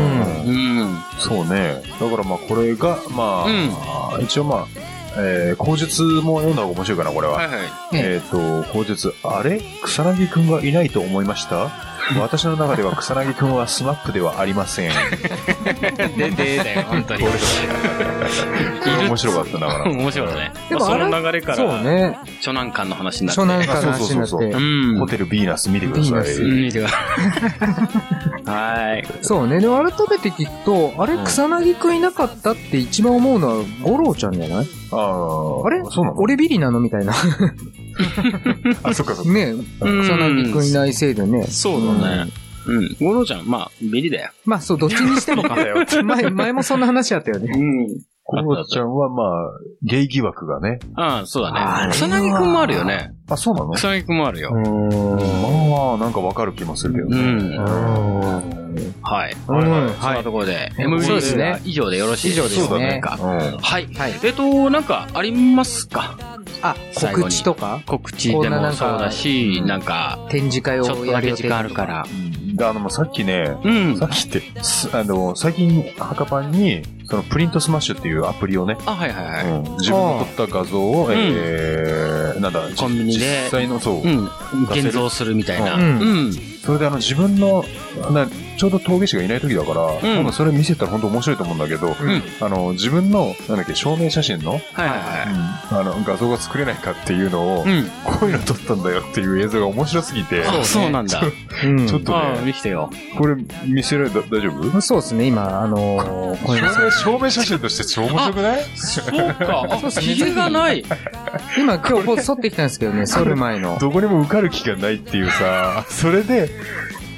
そうね。だからまあこれが、まあ、一応まあ、えー、口述も読んだ方が面白いかな、これは。はいはい。えっと、口述、あれ草薙くんがいないと思いました私の中では草薙くんはスマップではありません。 で、で、だよ、本当に。 面白かったな、 面白かったね。でも、その流れから、そうね。初南館の話になって。 初南館の話になって。 ホテルビーナス見てください。ビーナス見てください。はい。 そうね。で、改めて聞くと、あれ、草薙くんいなかったって一番思うのは、五郎ちゃんじゃない？ああ。あれそうなの？俺ビリなのみたいな。 あ、そっかそっか。 ねえ、草薙くんいないせいでね。 そうだね。うん。五郎ちゃん、まあ、ビリだよ。 まあ、そう、どっちにしてもか。前、前もそんな話あったよね。うん。 五郎ちゃんはまあ、ゲイ疑惑がね。 ああ、そうだね。草薙くんもあるよね。 あ、そうなの？ 草薙くんもあるよ。 うん。まあ、なんかわかる気もするけどね。うん。 はい。はい。そんなところで、エムブイ は以上でよろしいですか？ね。はい。えっと、なんかありますか？ あ、告知とか？ 告知でもそうだし、なんか、 展示会をやる時間あるから。 あの、さっきね、さっきって、あの、最近、ハカパンに、そのプリントスマッシュっていうアプリをね、 あ、はいはいはい。 うん、自分の撮った画像を、えー、なんだ、 コンビニで、 実際の、そう、うん、 現像するみたいな。うん。うん、 それであの、自分の、なちょうど陶芸師がいない時だから、うん、多分それ見せたら本当面白いと思うんだけど、うん、あの、自分の、なんだっけ、証明写真の、はいはいはい。あの、画像が作れないかっていうのを、うん、こういうの撮ったんだよっていう映像が面白すぎて。 あ、そうなんだ。 うん、ちょっとね。 あ、見せてよ。 これ、見せられた、大丈夫？ そうですね、今、あのー、 これ証明、証明写真として超面白くない？ そうか。そうですね。ヒゲがない。 今、今日、剃ってきたんですけどね、剃る前の。 どこにも受かる気がないっていうさ、それで、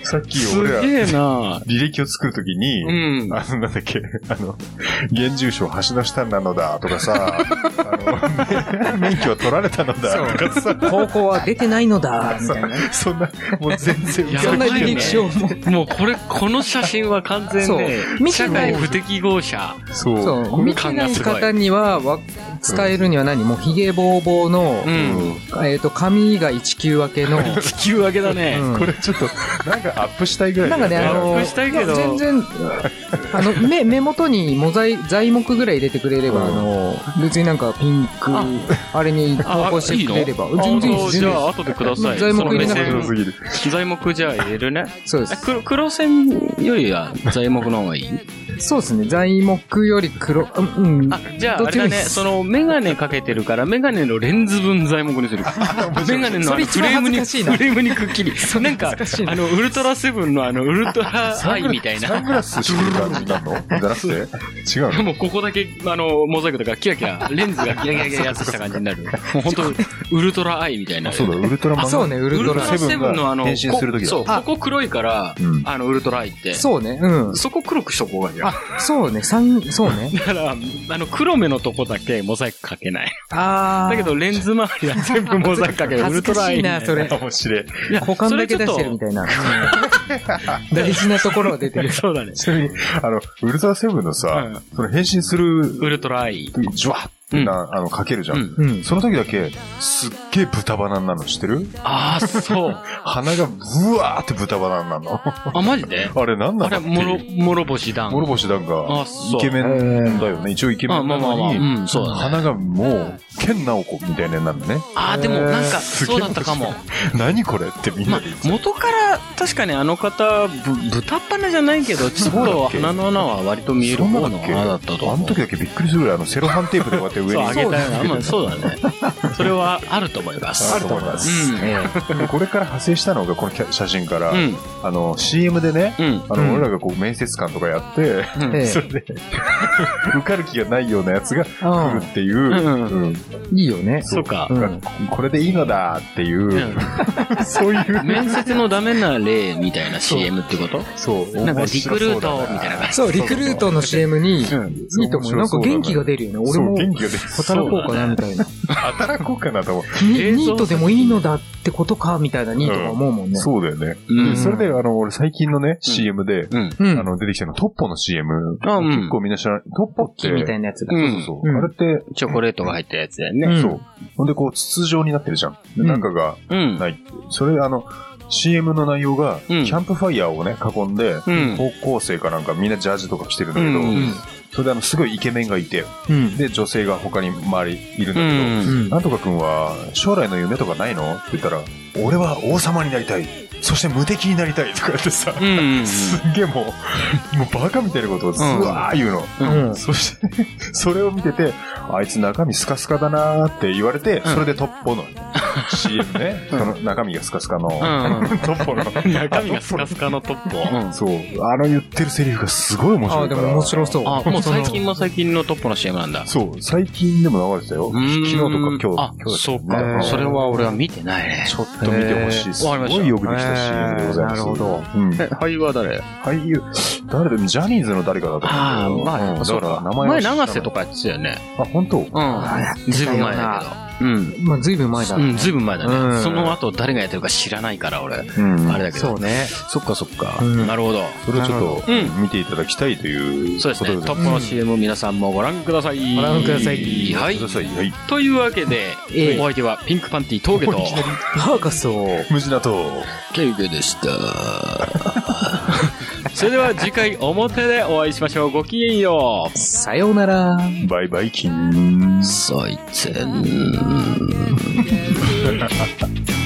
さっき俺ら、 すげえな履歴を作るときに、うん、あの、なんだっけ、あの、現住所橋の下なのだとかさ、あの、免許は取られたのだとかさ、 高校は出てないのだ、みたいな。 そんな、もう全然、 そんな履歴書も。 もうこれ、この写真は完全ね、社会不適合者。 そう。そう。見てない方には、伝えるには何、もうヒゲボーボーの、うん、えっと、髪が一級分けの。 一級分けだね。 うん、これちょっと、なんかアップしたいぐらい。 なんかね、あの、 アップしたいけど。 全然、あの、目、目元にモザイ、材木ぐらい入れてくれれば、うん、あの、別になんかピンク、あ, あれに投稿してくれれば。 いい全然いいです。じゃあ、後でください。 材木入れなくても。 材木じゃあ入れるね。 そうです。 黒、黒線よりは材木の方がいい？ そうですね。材木より黒、うん。 あ、じゃあ、あれだね、その、メガネかけてるから、メガネのレンズ分材木にする。メガネのあのフレームに、フレームにくっきり。なんか、あの、ウルトラセブンのあの、ウルトラアイみたいな。 サングラスしてる感じなのじゃなくて違うのもうここだけ、あの、モザイクとかキラキラ、レンズがキラキラキラやつした感じになる。もう本当ウルトラアイみたいな。 そうだ、ウルトラマン。 そうね、ウルトラセブンのあの、 変身するときだ。 そう、ここ黒いから、あの、ウルトラアイって。 そうね、うん。 そこ黒くしとこうがいい。 あ、そうね、三、そうね。 だから、あの、黒目のとこだけモザイクかけない。 ああ。 だけど、レンズ周りは全部モザイクかける。ウルトラアイ。 いいな、それ。 面白い。 いや、 股間だけ出してるみたいな。大事なところは出てる。 そうだね。 ちなみに、あの、ウルトラセブンのさ、その変身する、 ウルトラアイ。 ジュワッな、あの、かけるじゃん。うん。その時だけ、すっげえ豚バナになるの知ってる？ ああ、そう。 鼻がブワーって豚バナになるの。 あ、マジで？ あれなんなの？ あれ、もろ、もろぼし団。 もろぼし団が、イケメンだよね。一応イケメンなのに、うん、そうだね。鼻がもう、健直子みたいになるのね。 ああ、でもなんか、そうだったかも。 何これってみんなで言って。 元から、確かにあの方、ぶ、豚っ鼻じゃないけど、ちょっと鼻の穴は割と見える方の穴だったと思う。 あの時だけびっくりするぐらい、あの、セロハンテープでこうやって上に。 そう、上げたよな。まあ、そうだね。それはあると思います。 あると思います。うん。これから派生したのが、この写真から、うん、あの、シーエム でね、うん、あの、俺らがこう、面接官とかやって、うん、それで、受かる気がないようなやつが来るっていう。 うん。いいよね。 そうか。 これでいいのだっていう、そういう。 面接のダメな例みたいな シーエム ってこと？ そう。 なんかリクルートみたいな感じ。 そう、リクルートの シーエム に、いいと思う。なんか元気が出るよね。俺も、働こうかなみたいな。 働こうかなと思う。 ニートでもいいのだってことかみたいなニートが思うもんね。 そうだよね。それで、あの、俺最近のね、シーエム で、あの、出てきたの、トッポの シーエム。結構みんな知らない。トッポって。 みたいなやつが。 そうそう。あれって、 チョコレートが入ったやつだよね。 そう。ほんで、こう、筒状になってるじゃん。中がないって。それ、あの、シーエム の内容が、キャンプファイヤーをね、囲んで、高校生かなんかみんなジャージとか着てるんだけど、それであの、すごいイケメンがいて、で、女性が他に周りいるんだけど、なんとかくんは、将来の夢とかないのって言ったら、俺は王様になりたい。そして無敵になりたいとか言ってさ、すっげえもう、もうバカみたいなことをずわー言うの。そして、それを見てて、あいつ中身スカスカだなーって言われて、それでトッポの シーエム ね、その中身がスカスカの、トッポの。 中身がスカスカのトッポ。 そう。あの言ってるセリフがすごい面白いから。 あ、でも面白そう。 あ、もう最近も最近のトッポの シーエム なんだ。 そう。最近でも流れてたよ。昨日とか今日。 あ、そうか。それは俺は見てないね。 ちょっと見てほしい。すごいよくできた シーエム でございます。 なるほど。 え、俳優は誰？ 俳優、誰でもジャニーズの誰かだと思う。ああ、まあ、そうか。名前前長瀬とかやってたよね。 あ、本当？うん。 ずいぶん前だけど。うん。 まあ、ずいぶん前だね。うん、ずいぶん前だね。その後誰がやってるか知らないから、俺。あれだけど。 そうね。 そっかそっか。なるほど。 それをちょっと見ていただきたいというそうですね。トップの シーエム 皆さんもご覧ください。 ご覧ください。 はい。というわけで、お相手はピンクパンティ峠と、 ハーカスと、 ムジナと、 ケイケでした。それでは次回表でお会いしましょう。ごきげんよう。 さようなら。 バイバイキン。 再见。